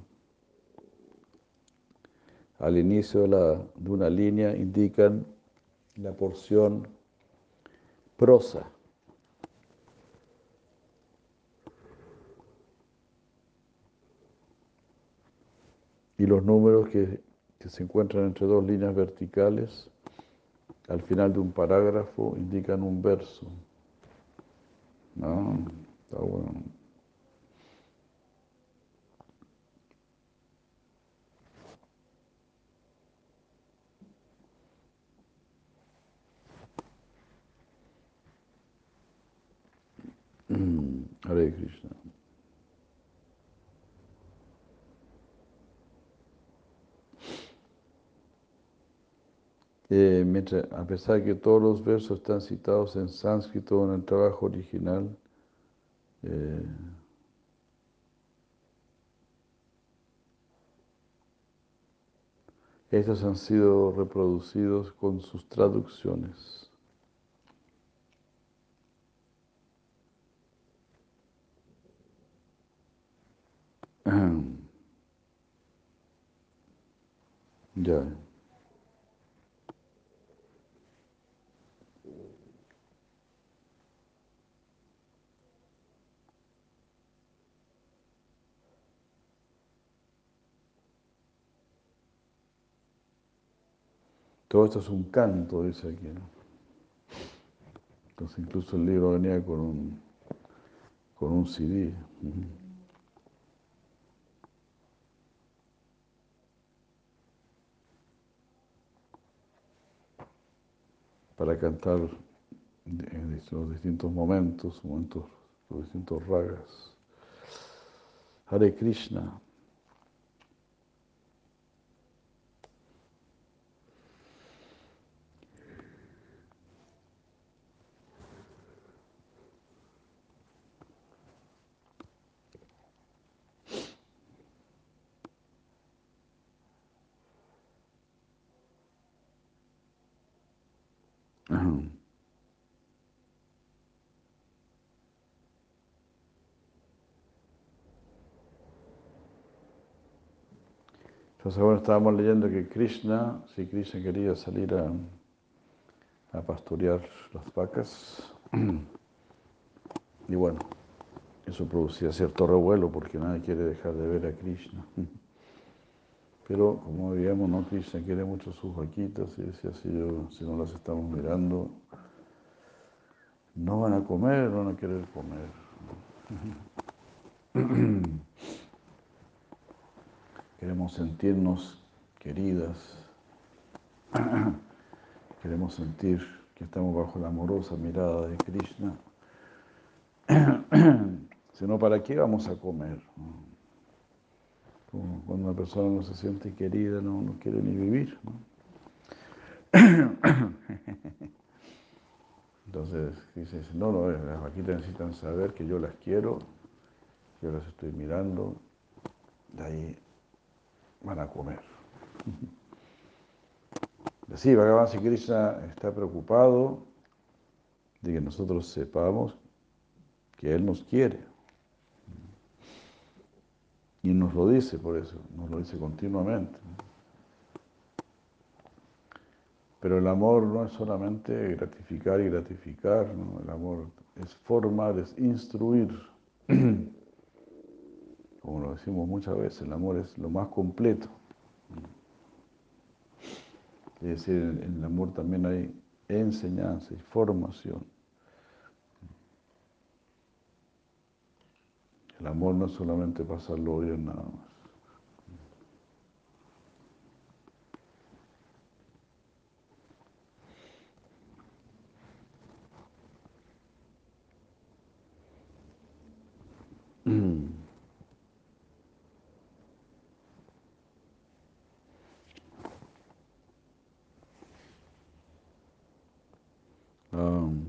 Al inicio de, la, de una línea indican la porción prosa. Y los números que, que se encuentran entre dos líneas verticales, al final de un parágrafo, indican un verso. No, está bueno. Hare Krishna. Eh, mientras, a pesar de que todos los versos están citados en sánscrito en el trabajo original, eh, estos han sido reproducidos con sus traducciones. Ya. Todo esto es un canto, dice aquí, ¿no? Entonces incluso el libro venía con un, con un C D. Ujú. Para cantar en los distintos momentos, momentos, los distintos ragas. Hare Krishna. Ajá. Entonces, bueno, estábamos leyendo que Krishna, si Krishna quería salir a, a pastorear las vacas, y bueno, eso producía cierto revuelo porque nadie quiere dejar de ver a Krishna. Pero como veíamos, ¿no? Krishna quiere mucho sus vaquitas y decía, si, yo, si no las estamos mirando, no van a comer, no van a querer comer. Queremos sentirnos queridas, queremos sentir que estamos bajo la amorosa mirada de Krishna. Si no, ¿para qué vamos a comer? Como cuando una persona no se siente querida, no, no quiere ni vivir, ¿no? Entonces dice, no, no, las vaquitas necesitan saber que yo las quiero, yo las estoy mirando, de ahí van a comer. Sí, Bhagavan Sri Krishna está preocupado de que nosotros sepamos que Él nos quiere. Y nos lo dice por eso, nos lo dice continuamente. Pero el amor no es solamente gratificar y gratificar, ¿no? El amor es formar, es instruir. Como lo decimos muchas veces, el amor es lo más completo. Es decir, en el amor también hay enseñanza y formación. El amor no es solamente pasarlo bien nada más. Um,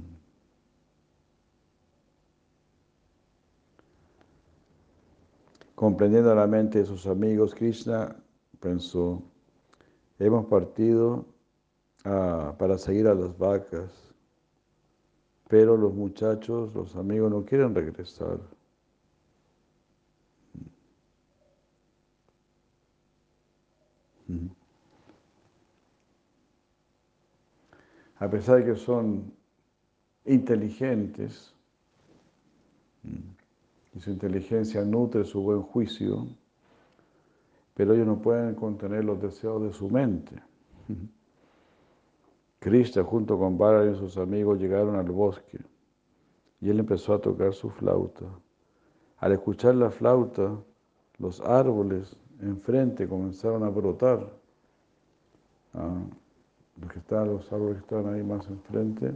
comprendiendo la mente de sus amigos, Krishna pensó, hemos partido uh, para seguir a las vacas, pero los muchachos, los amigos no quieren regresar. Uh-huh. A pesar de que son inteligentes, y su inteligencia nutre su buen juicio, pero ellos no pueden contener los deseos de su mente. Krishna, junto con Balarama y sus amigos, llegaron al bosque y él empezó a tocar su flauta. Al escuchar la flauta, los árboles enfrente comenzaron a brotar. Ah, los, que estaban, los árboles que estaban ahí más enfrente,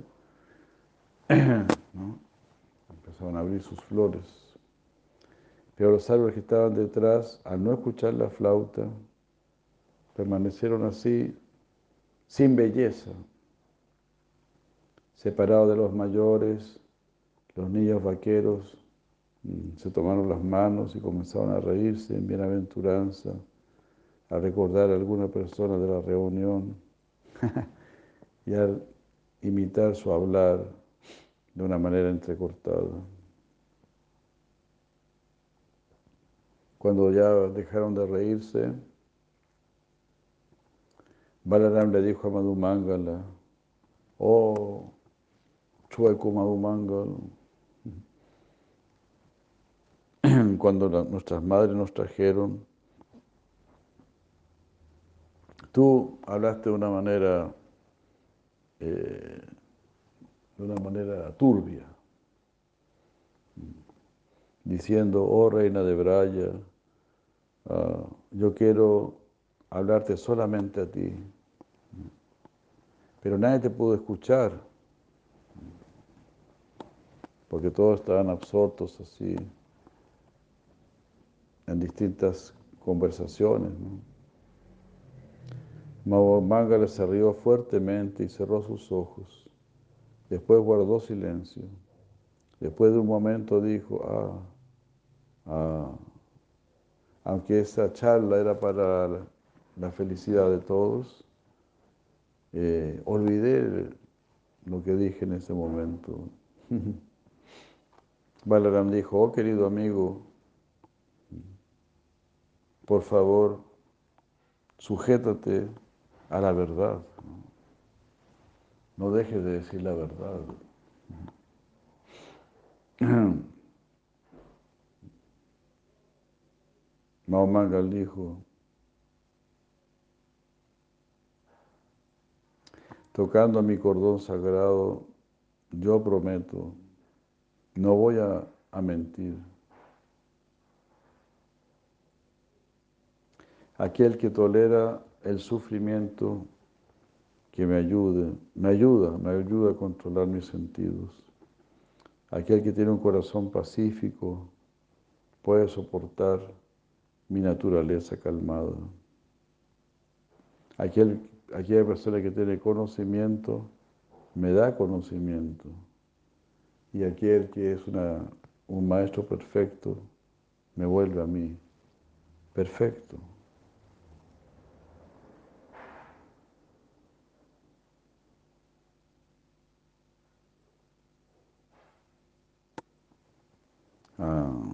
¿no? Empezaron a abrir sus flores. Pero los árboles que estaban detrás, al no escuchar la flauta, permanecieron así, sin belleza, separados de los mayores. Los niños vaqueros mm, se tomaron las manos y comenzaron a reírse en bienaventuranza, a recordar a alguna persona de la reunión y a imitar su hablar de una manera entrecortada. Cuando ya dejaron de reírse, Balaram le dijo a Madhumangala, oh, chueco Madhumangala, cuando la, nuestras madres nos trajeron, tú hablaste de una manera, eh, de una manera turbia, diciendo, oh reina de Braya, uh, yo quiero hablarte solamente a ti, pero nadie te pudo escuchar, porque todos estaban absortos así en distintas conversaciones, ¿no? Madhumangala se rió fuertemente y cerró sus ojos. Después guardó silencio. Después de un momento dijo, ah, ah, aunque esa charla era para la, la felicidad de todos, eh, olvidé lo que dije en ese momento. Balaram dijo, oh querido amigo, por favor, sujétate a la verdad. No dejes de decir la verdad. Madhumangala dijo, tocando mi cordón sagrado, yo prometo, no voy a, a mentir. Aquel que tolera el sufrimiento, que me ayude, me ayuda, me ayuda a controlar mis sentidos. Aquel que tiene un corazón pacífico puede soportar mi naturaleza calmada. Aquel, aquella persona que tiene conocimiento me da conocimiento. Y aquel que es una, un maestro perfecto me vuelve a mí perfecto. Ah,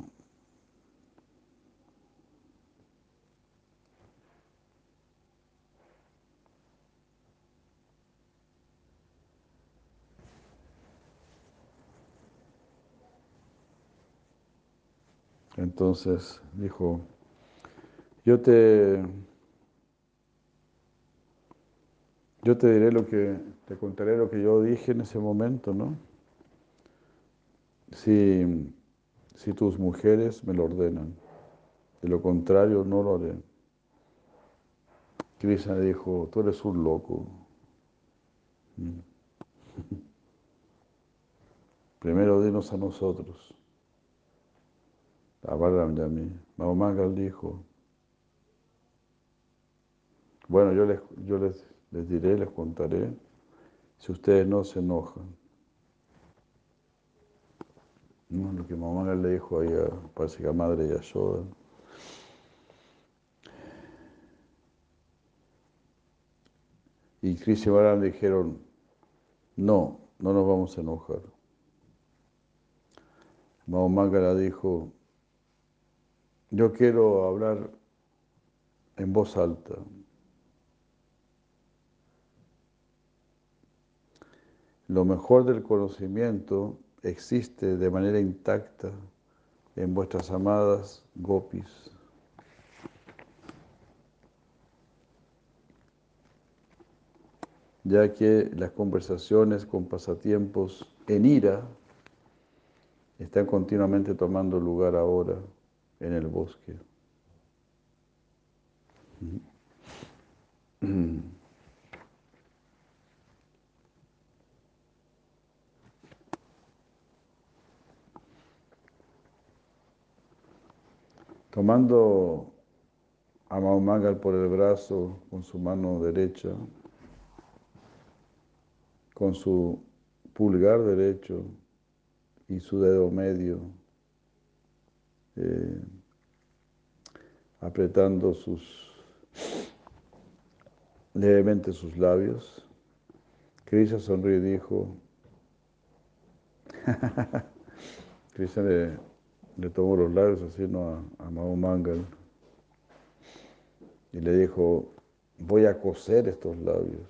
entonces dijo, yo te, yo te diré lo que, te contaré lo que yo dije en ese momento, ¿no? Si, si tus mujeres me lo ordenan. De lo contrario, no lo haré. Krishna dijo, tú eres un loco. Primero dinos a nosotros. A Balaram y a mí. Madhumangala dijo, bueno, yo les, yo les, les diré, les contaré, si ustedes no se enojan. ¿no? Lo que mamá le dijo ahí a, parece que a madre Yashoda. Y Krishna y Balaram dijeron, no, no nos vamos a enojar. Mahomangala dijo, yo quiero hablar en voz alta. Lo mejor del conocimiento existe de manera intacta en vuestras amadas gopis. Ya que las conversaciones con pasatiempos en ira están continuamente tomando lugar ahora en el bosque. Tomando a Mahomangala por el brazo con su mano derecha, con su pulgar derecho y su dedo medio, eh, apretando sus, levemente sus labios, Krishna sonrió y dijo, Krishna le, le tomó los labios así, ¿no? a, a Mahomangala y le dijo, voy a coser estos labios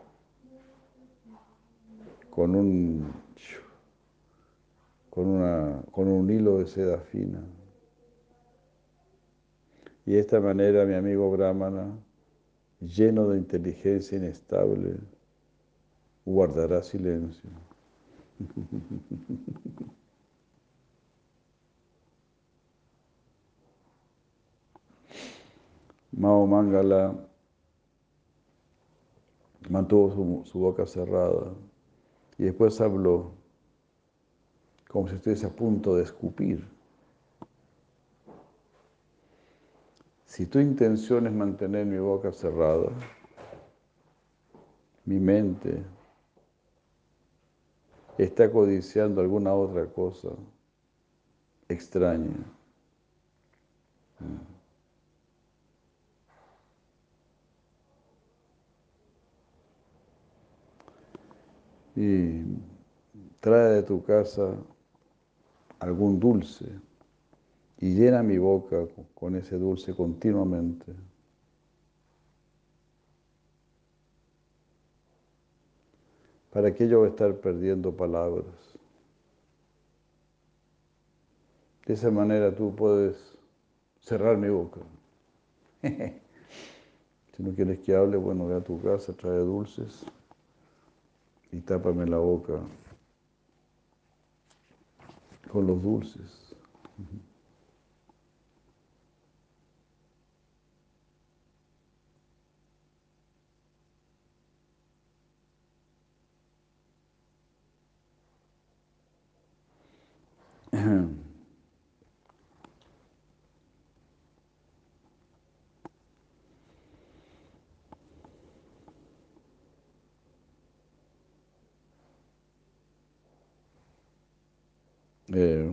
con un, con una, con un hilo de seda fina. Y de esta manera mi amigo Brahmana, lleno de inteligencia inestable, guardará silencio. Mahomangala mantuvo su, su boca cerrada y después habló como si estuviese a punto de escupir. Si tu intención es mantener mi boca cerrada, mi mente está codiciando alguna otra cosa extraña. Y trae de tu casa algún dulce y llena mi boca con ese dulce continuamente. ¿Para qué yo voy a estar perdiendo palabras? De esa manera tú puedes cerrar mi boca. Si no quieres que hable, bueno, ve a tu casa, trae dulces y tápame la boca con los dulces. Eh,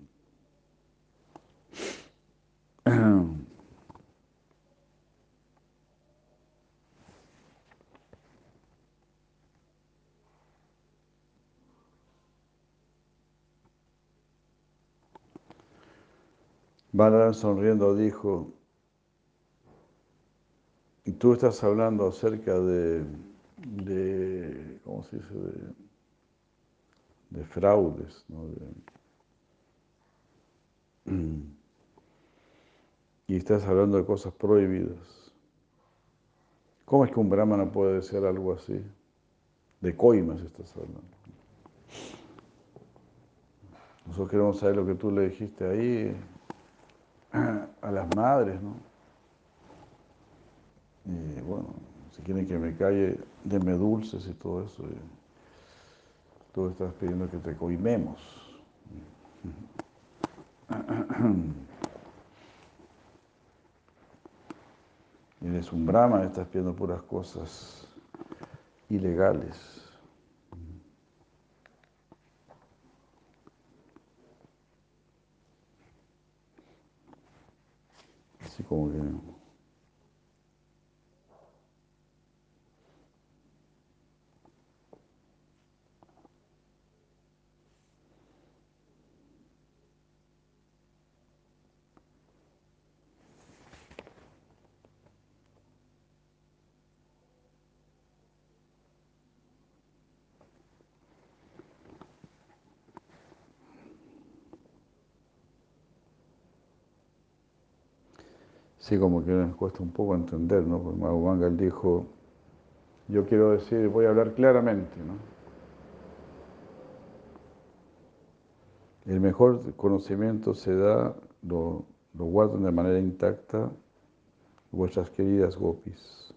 Balaram sonriendo dijo, tú estás hablando acerca de, de ¿cómo se dice? De, de fraudes, ¿no? De, y estás hablando de cosas prohibidas. ¿Cómo es que un brahmana puede decir algo así? De coimas estás hablando. Nosotros queremos saber lo que tú le dijiste ahí a las madres, ¿no? Y bueno, si quieren que me calle, denme dulces y todo eso. Y tú estás pidiendo que te coimemos. Y eres un brahmana, estás pidiendo puras cosas ilegales. así como que... Sí, como que nos cuesta un poco entender, ¿no? Porque Madhumanga él dijo, yo quiero decir, voy a hablar claramente, ¿no? El mejor conocimiento se da, lo, lo guardan de manera intacta vuestras queridas gopis.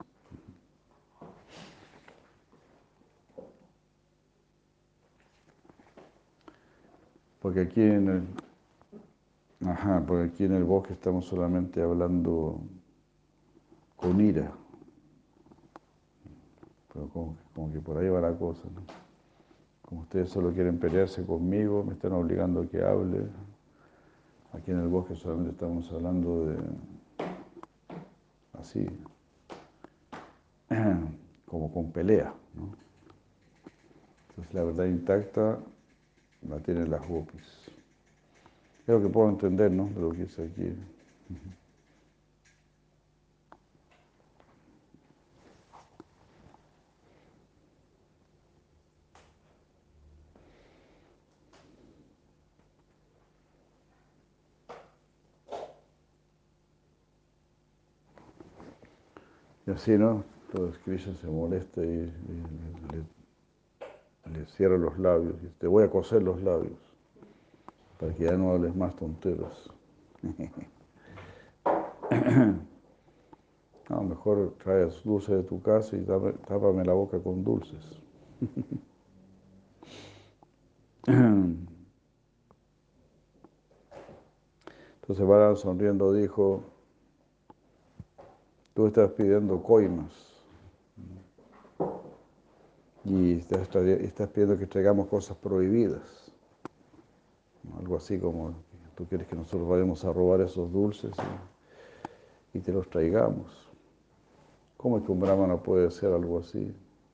Porque aquí en el, ajá, porque aquí en el bosque estamos solamente hablando con ira. Pero como, como que por ahí va la cosa, ¿no? Como ustedes solo quieren pelearse conmigo, me están obligando a que hable. Aquí en el bosque solamente estamos hablando de así, como con pelea, ¿no? Entonces la verdad intacta la tienen las gopis. Es lo que puedo entender, ¿no? De lo que dice aquí. Y así, ¿no? Entonces Krishna se molesta y, y le, le cierra los labios. Y dice, te voy a coser los labios para que ya no hables más tonteras. No, mejor traes dulces de tu casa y tápame, tápame la boca con dulces. Entonces Balaram sonriendo dijo, tú estás pidiendo coimas y estás, estás pidiendo que traigamos cosas prohibidas. Algo así como, tú quieres que nosotros vayamos a robar esos dulces y, y te los traigamos. ¿Cómo es que un brahmana puede hacer algo así?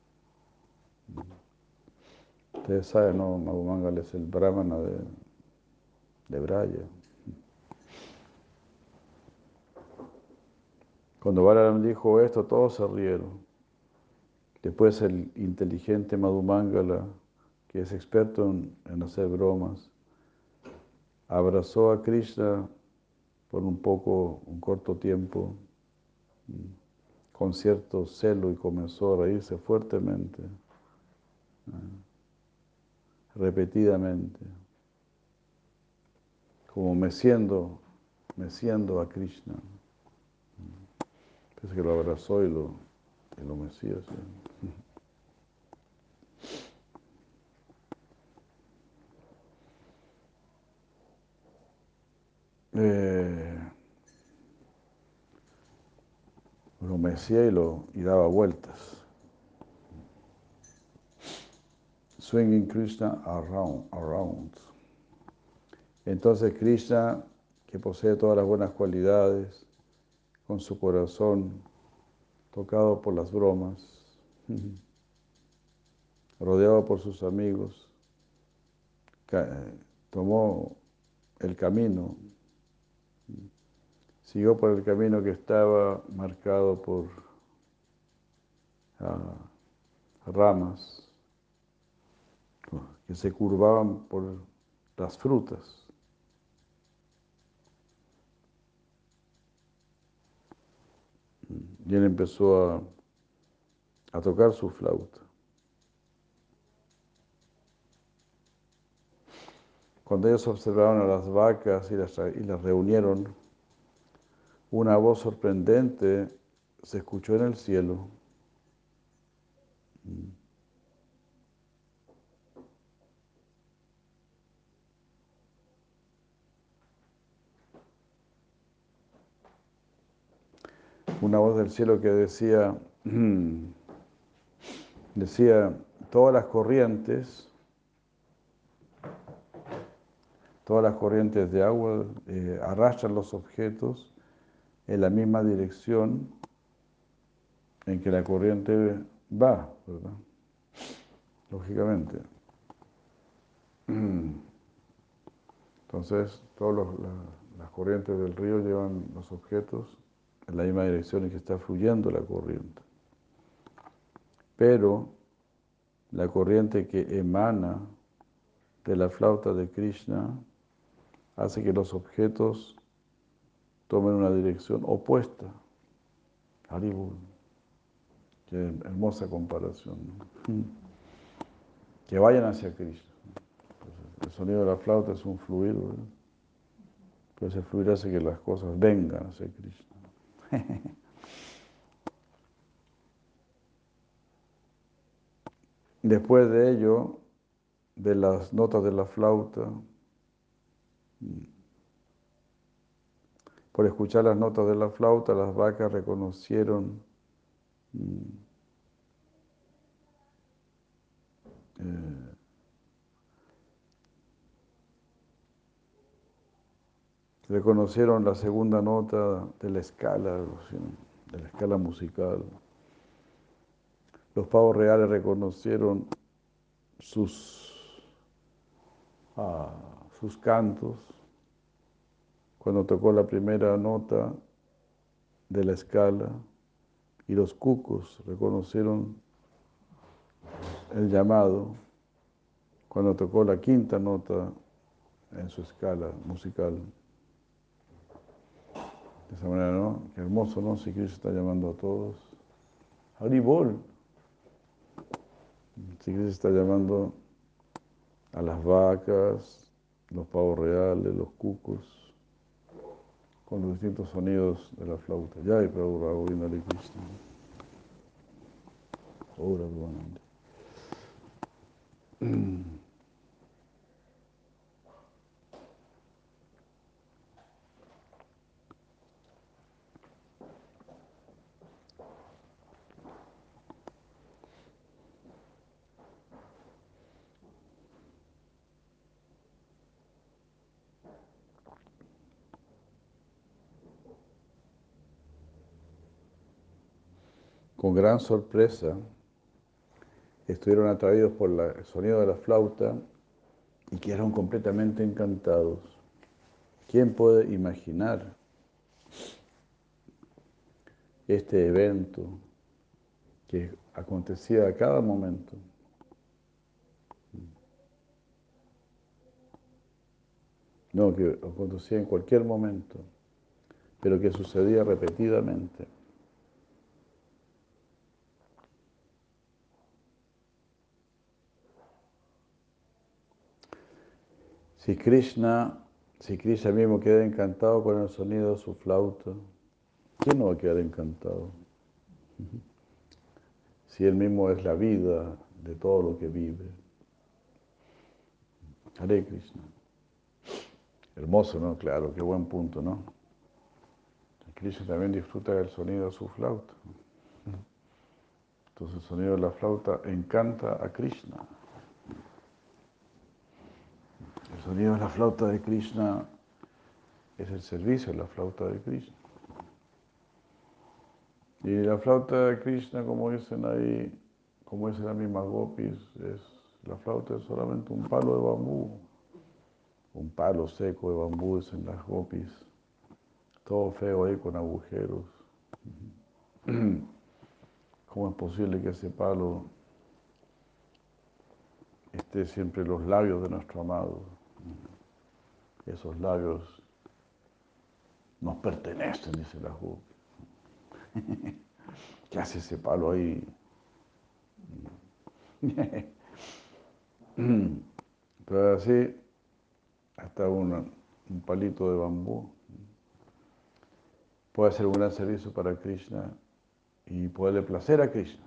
Ustedes saben, ¿no? Madhumangal es el brahmana de, de Braya. Cuando Balaram dijo esto, todos se rieron. Después el inteligente Madhumangala, que es experto en, en hacer bromas, abrazó a Krishna por un poco, un corto tiempo, con cierto celo y comenzó a reírse fuertemente, repetidamente, como meciendo, meciendo a Krishna. Parece que lo abrazó y lo, y lo mecía así. Eh, lo mecía y, lo, y daba vueltas. Swinging Krishna around, around. Entonces Krishna, que posee todas las buenas cualidades, con su corazón tocado por las bromas, rodeado por sus amigos, tomó el camino, siguió por el camino que estaba marcado por uh, ramas que se curvaban por las frutas. Y él empezó a, a tocar su flauta. Cuando ellos observaron a las vacas y las, y las reunieron, una voz sorprendente se escuchó en el cielo. Una voz del cielo que decía, decía, todas las corrientes, todas las corrientes de agua eh, arrastran los objetos en la misma dirección en que la corriente va, ¿verdad? Lógicamente. Entonces, todas las corrientes del río llevan los objetos en la misma dirección en que está fluyendo la corriente. Pero la corriente que emana de la flauta de Krishna hace que los objetos tomen una dirección opuesta. Haribol. Qué hermosa comparación, ¿no? Que vayan hacia Krishna. Entonces, el sonido de la flauta es un fluir, ¿verdad? Pero ese fluir hace que las cosas vengan hacia Krishna. Después de ello, de las notas de la flauta, por escuchar las notas de la flauta, las vacas reconocieron eh, reconocieron la segunda nota de la escala, de la escala musical. Los pavos reales reconocieron sus, ah, sus cantos cuando tocó la primera nota de la escala, y los cucos reconocieron el llamado cuando tocó la quinta nota en su escala musical. De esa manera, ¿no? Qué hermoso, ¿no? Si Krishna está llamando a todos. Haribol. Si Krishna está llamando a las vacas, los pavos reales, los cucos, con los distintos sonidos de la flauta. Jai Prabhupada Govinda Hare Krishna. Ora Bhuvananda. Con gran sorpresa, estuvieron atraídos por la- el sonido de la flauta y quedaron completamente encantados. ¿Quién puede imaginar este evento que acontecía a cada momento? No, que acontecía en cualquier momento, pero que sucedía repetidamente. Si Krishna, si Krishna mismo queda encantado con el sonido de su flauta, ¿quién no va a quedar encantado? Si Él mismo es la vida de todo lo que vive. Hare Krishna. Hermoso, ¿no? Claro, qué buen punto, ¿no? Krishna también disfruta del sonido de su flauta. Entonces el sonido de la flauta encanta a Krishna. El sonido de la flauta de Krishna es el servicio de la flauta de Krishna. Y la flauta de Krishna, como dicen ahí, como dicen las mismas gopis, es, la flauta es solamente un palo de bambú, un palo seco de bambú, dicen las gopis, todo feo ahí con agujeros. ¿Cómo es posible que ese palo esté siempre en los labios de nuestro amado? Esos labios nos pertenecen, dice la gopis. ¿Qué hace ese palo ahí? Pero así, hasta una, un palito de bambú puede hacer un gran servicio para Krishna y puede darle placer a Krishna.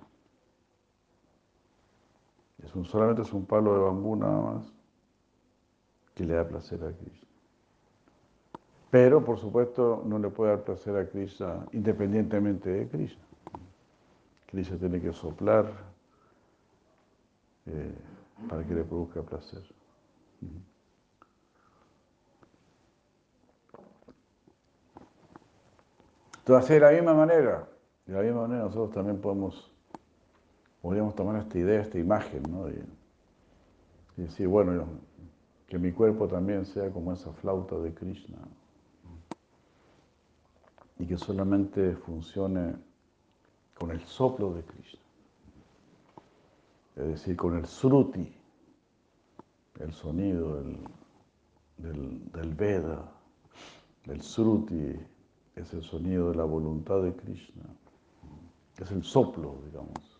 Es un, solamente es un palo de bambú nada más que le da placer a Krishna. Pero, por supuesto, no le puede dar placer a Krishna independientemente de Krishna. Krishna tiene que soplar eh, para que le produzca placer. Entonces, así de la misma manera, de la misma manera nosotros también podemos, podríamos tomar esta idea, esta imagen, ¿no? Y, y decir, bueno, yo, que mi cuerpo también sea como esa flauta de Krishna y que solamente funcione con el soplo de Krishna, es decir, con el sruti, el sonido del, del, del Veda, el sruti es el sonido de la voluntad de Krishna, es el soplo, digamos,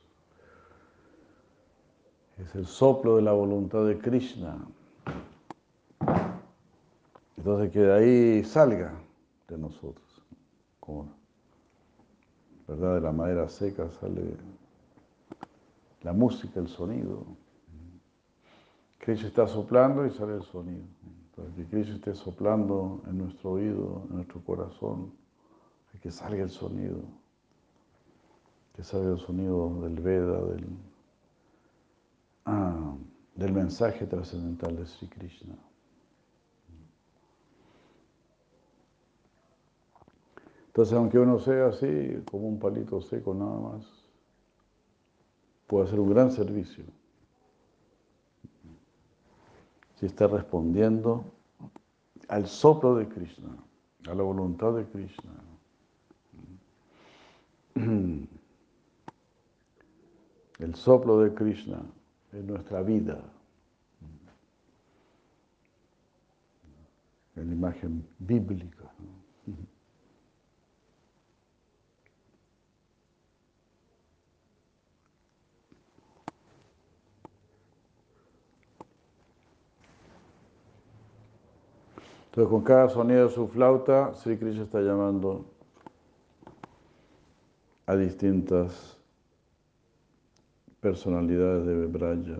es el soplo de la voluntad de Krishna. Entonces que de ahí salga de nosotros, como, ¿verdad? De la madera seca sale la música, el sonido. Krishna está soplando y sale el sonido. Entonces que Krishna esté soplando en nuestro oído, en nuestro corazón, que salga el sonido, que salga el sonido del Veda, del, ah, del mensaje trascendental de Sri Krishna. Entonces, aunque uno sea así, como un palito seco nada más, puede hacer un gran servicio si está respondiendo al soplo de Krishna, a la voluntad de Krishna. El soplo de Krishna en nuestra vida, en la imagen bíblica. Entonces, con cada sonido de su flauta, Sri Krishna está llamando a distintas personalidades de Braya.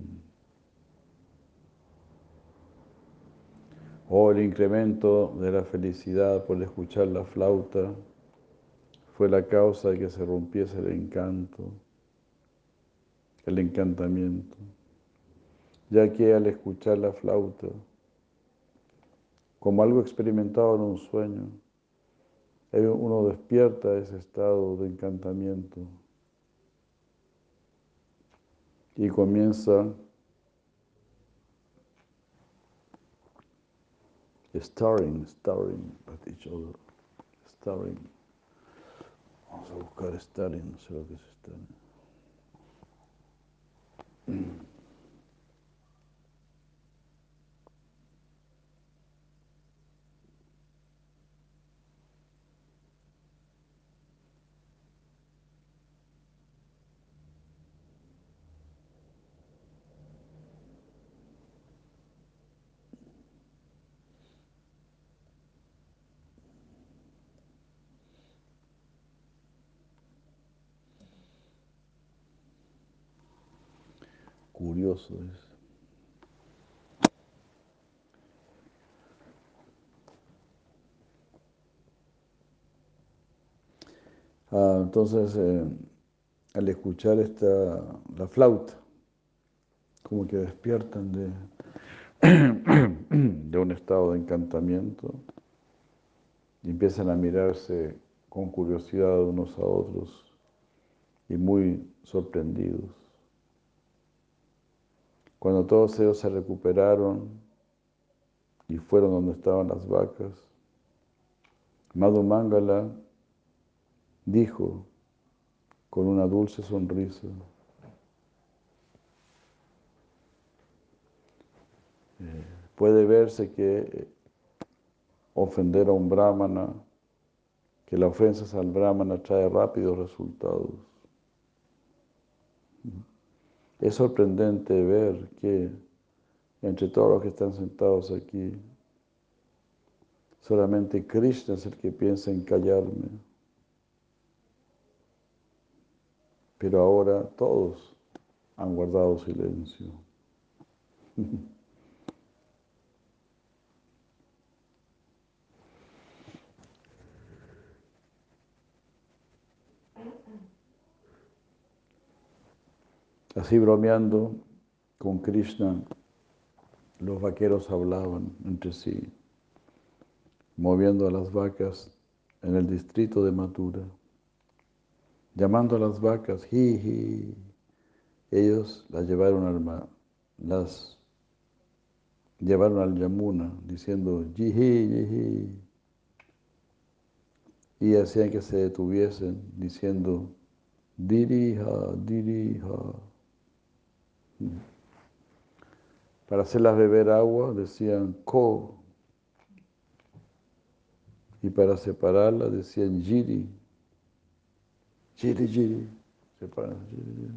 O el incremento de la felicidad por escuchar la flauta fue la causa de que se rompiese el encanto, el encantamiento, ya que al escuchar la flauta, como algo experimentado en un sueño, uno despierta ese estado de encantamiento y comienza starring, starring at each other, starring. Vamos a buscar starring, no sé lo que es starring. Curioso es. Ah, entonces, eh, al escuchar esta, la flauta, como que despiertan de, de un estado de encantamiento y empiezan a mirarse con curiosidad unos a otros y muy sorprendidos. Cuando todos ellos se recuperaron y fueron donde estaban las vacas, Madhu Mangala dijo con una dulce sonrisa, eh, puede verse que ofender a un brahmana, que la ofensa al brahmana trae rápidos resultados. Es sorprendente ver que entre todos los que están sentados aquí, solamente Krishna es el que piensa en callarme. Pero ahora todos han guardado silencio. Así bromeando con Krishna, los vaqueros hablaban entre sí, moviendo a las vacas en el distrito de Mathura, llamando a las vacas, jiji. Ellos las llevaron al, ma- las llevaron al Yamuna, diciendo, jiji, jiji. Y hacían que se detuviesen, diciendo, dirija, dirija. Para hacerlas beber agua, decían, ko. Y para separarlas, decían, jiri. Jiri, jiri. Separan, jiri, jiri.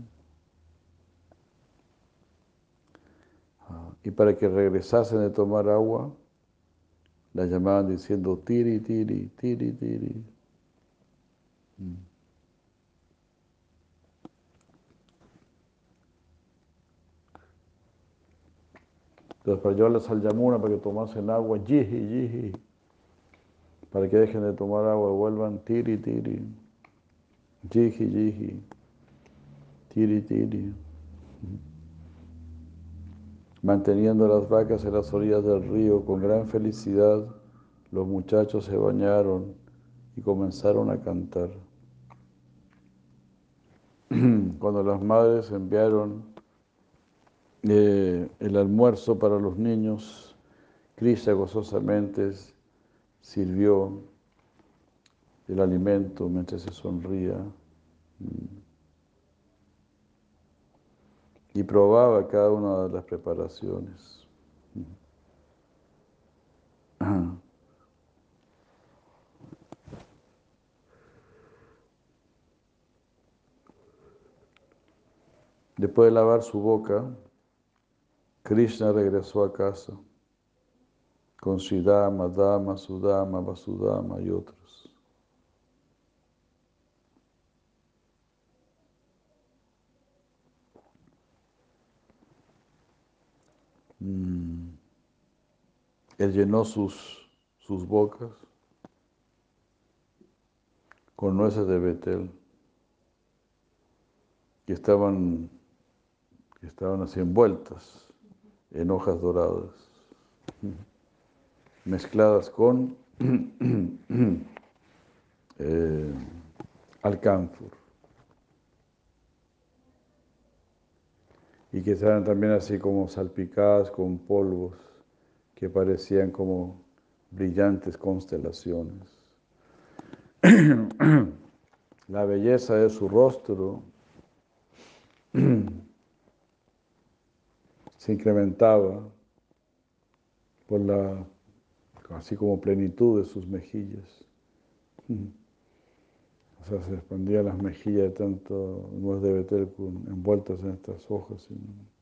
Ah, y para que regresasen de tomar agua, las llamaban diciendo, tiri, tiri, tiri, tiri. Entonces, para llevarlas al Yamuna para que tomasen agua, yihi, yihi. Para que dejen de tomar agua, vuelvan tiri, tiri. Yihi, yihi. Tiri, tiri. Manteniendo las vacas en las orillas del río con gran felicidad, los muchachos se bañaron y comenzaron a cantar. Cuando las madres enviaron eh, el almuerzo para los niños, Krishna gozosamente sirvió el alimento mientras se sonría y probaba cada una de las preparaciones. Después de lavar su boca, Krishna regresó a casa con Sridama, Dama, Sudama, Vasudama y otros. Mm. Él llenó sus, sus bocas con nueces de betel que estaban, que estaban así envueltas en hojas doradas, mezcladas con eh, alcanfor. Y que estaban también así como salpicadas con polvos que parecían como brillantes constelaciones. La belleza de su rostro se incrementaba por la, así como plenitud de sus mejillas. O sea, se expandían las mejillas de tanto nuez de betel envueltas en estas hojas. Y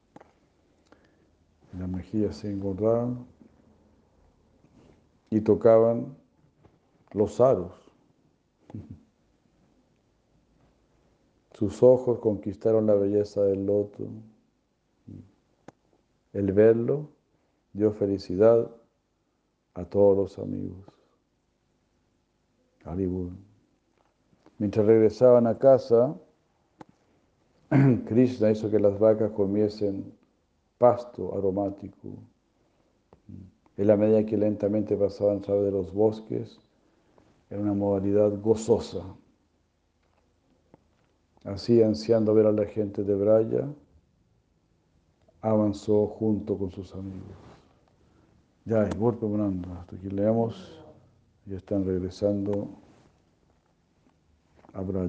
las mejillas se engordaban y tocaban los aros. Sus ojos conquistaron la belleza del loto. El verlo dio felicidad a todos los amigos. Haribol. Mientras regresaban a casa, Krishna hizo que las vacas comiesen pasto aromático. En la medida que lentamente pasaban a través de los bosques, en una modalidad gozosa. Así, ansiando ver a la gente de Braya, avanzó junto con sus amigos. Ya, y Golpe Mananda, hasta aquí leemos, ya están regresando a Braj.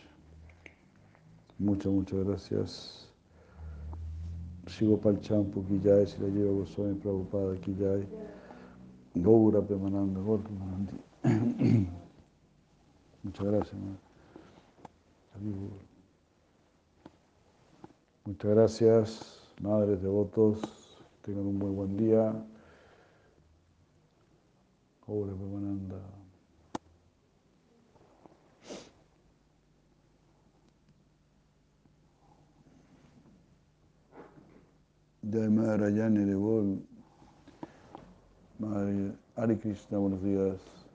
Muchas, muchas gracias. Shiva Palchampu ki jai, si la lleva Goswami Prabhupada ki jai. Gaura Premananda, Golpe Manandi. Muchas gracias, man. Muchas gracias, madres devotos. Tengan un muy buen día. Gaura Premananda. Jai Maharayani de Bol. Madre Hare Krishna, buenos días.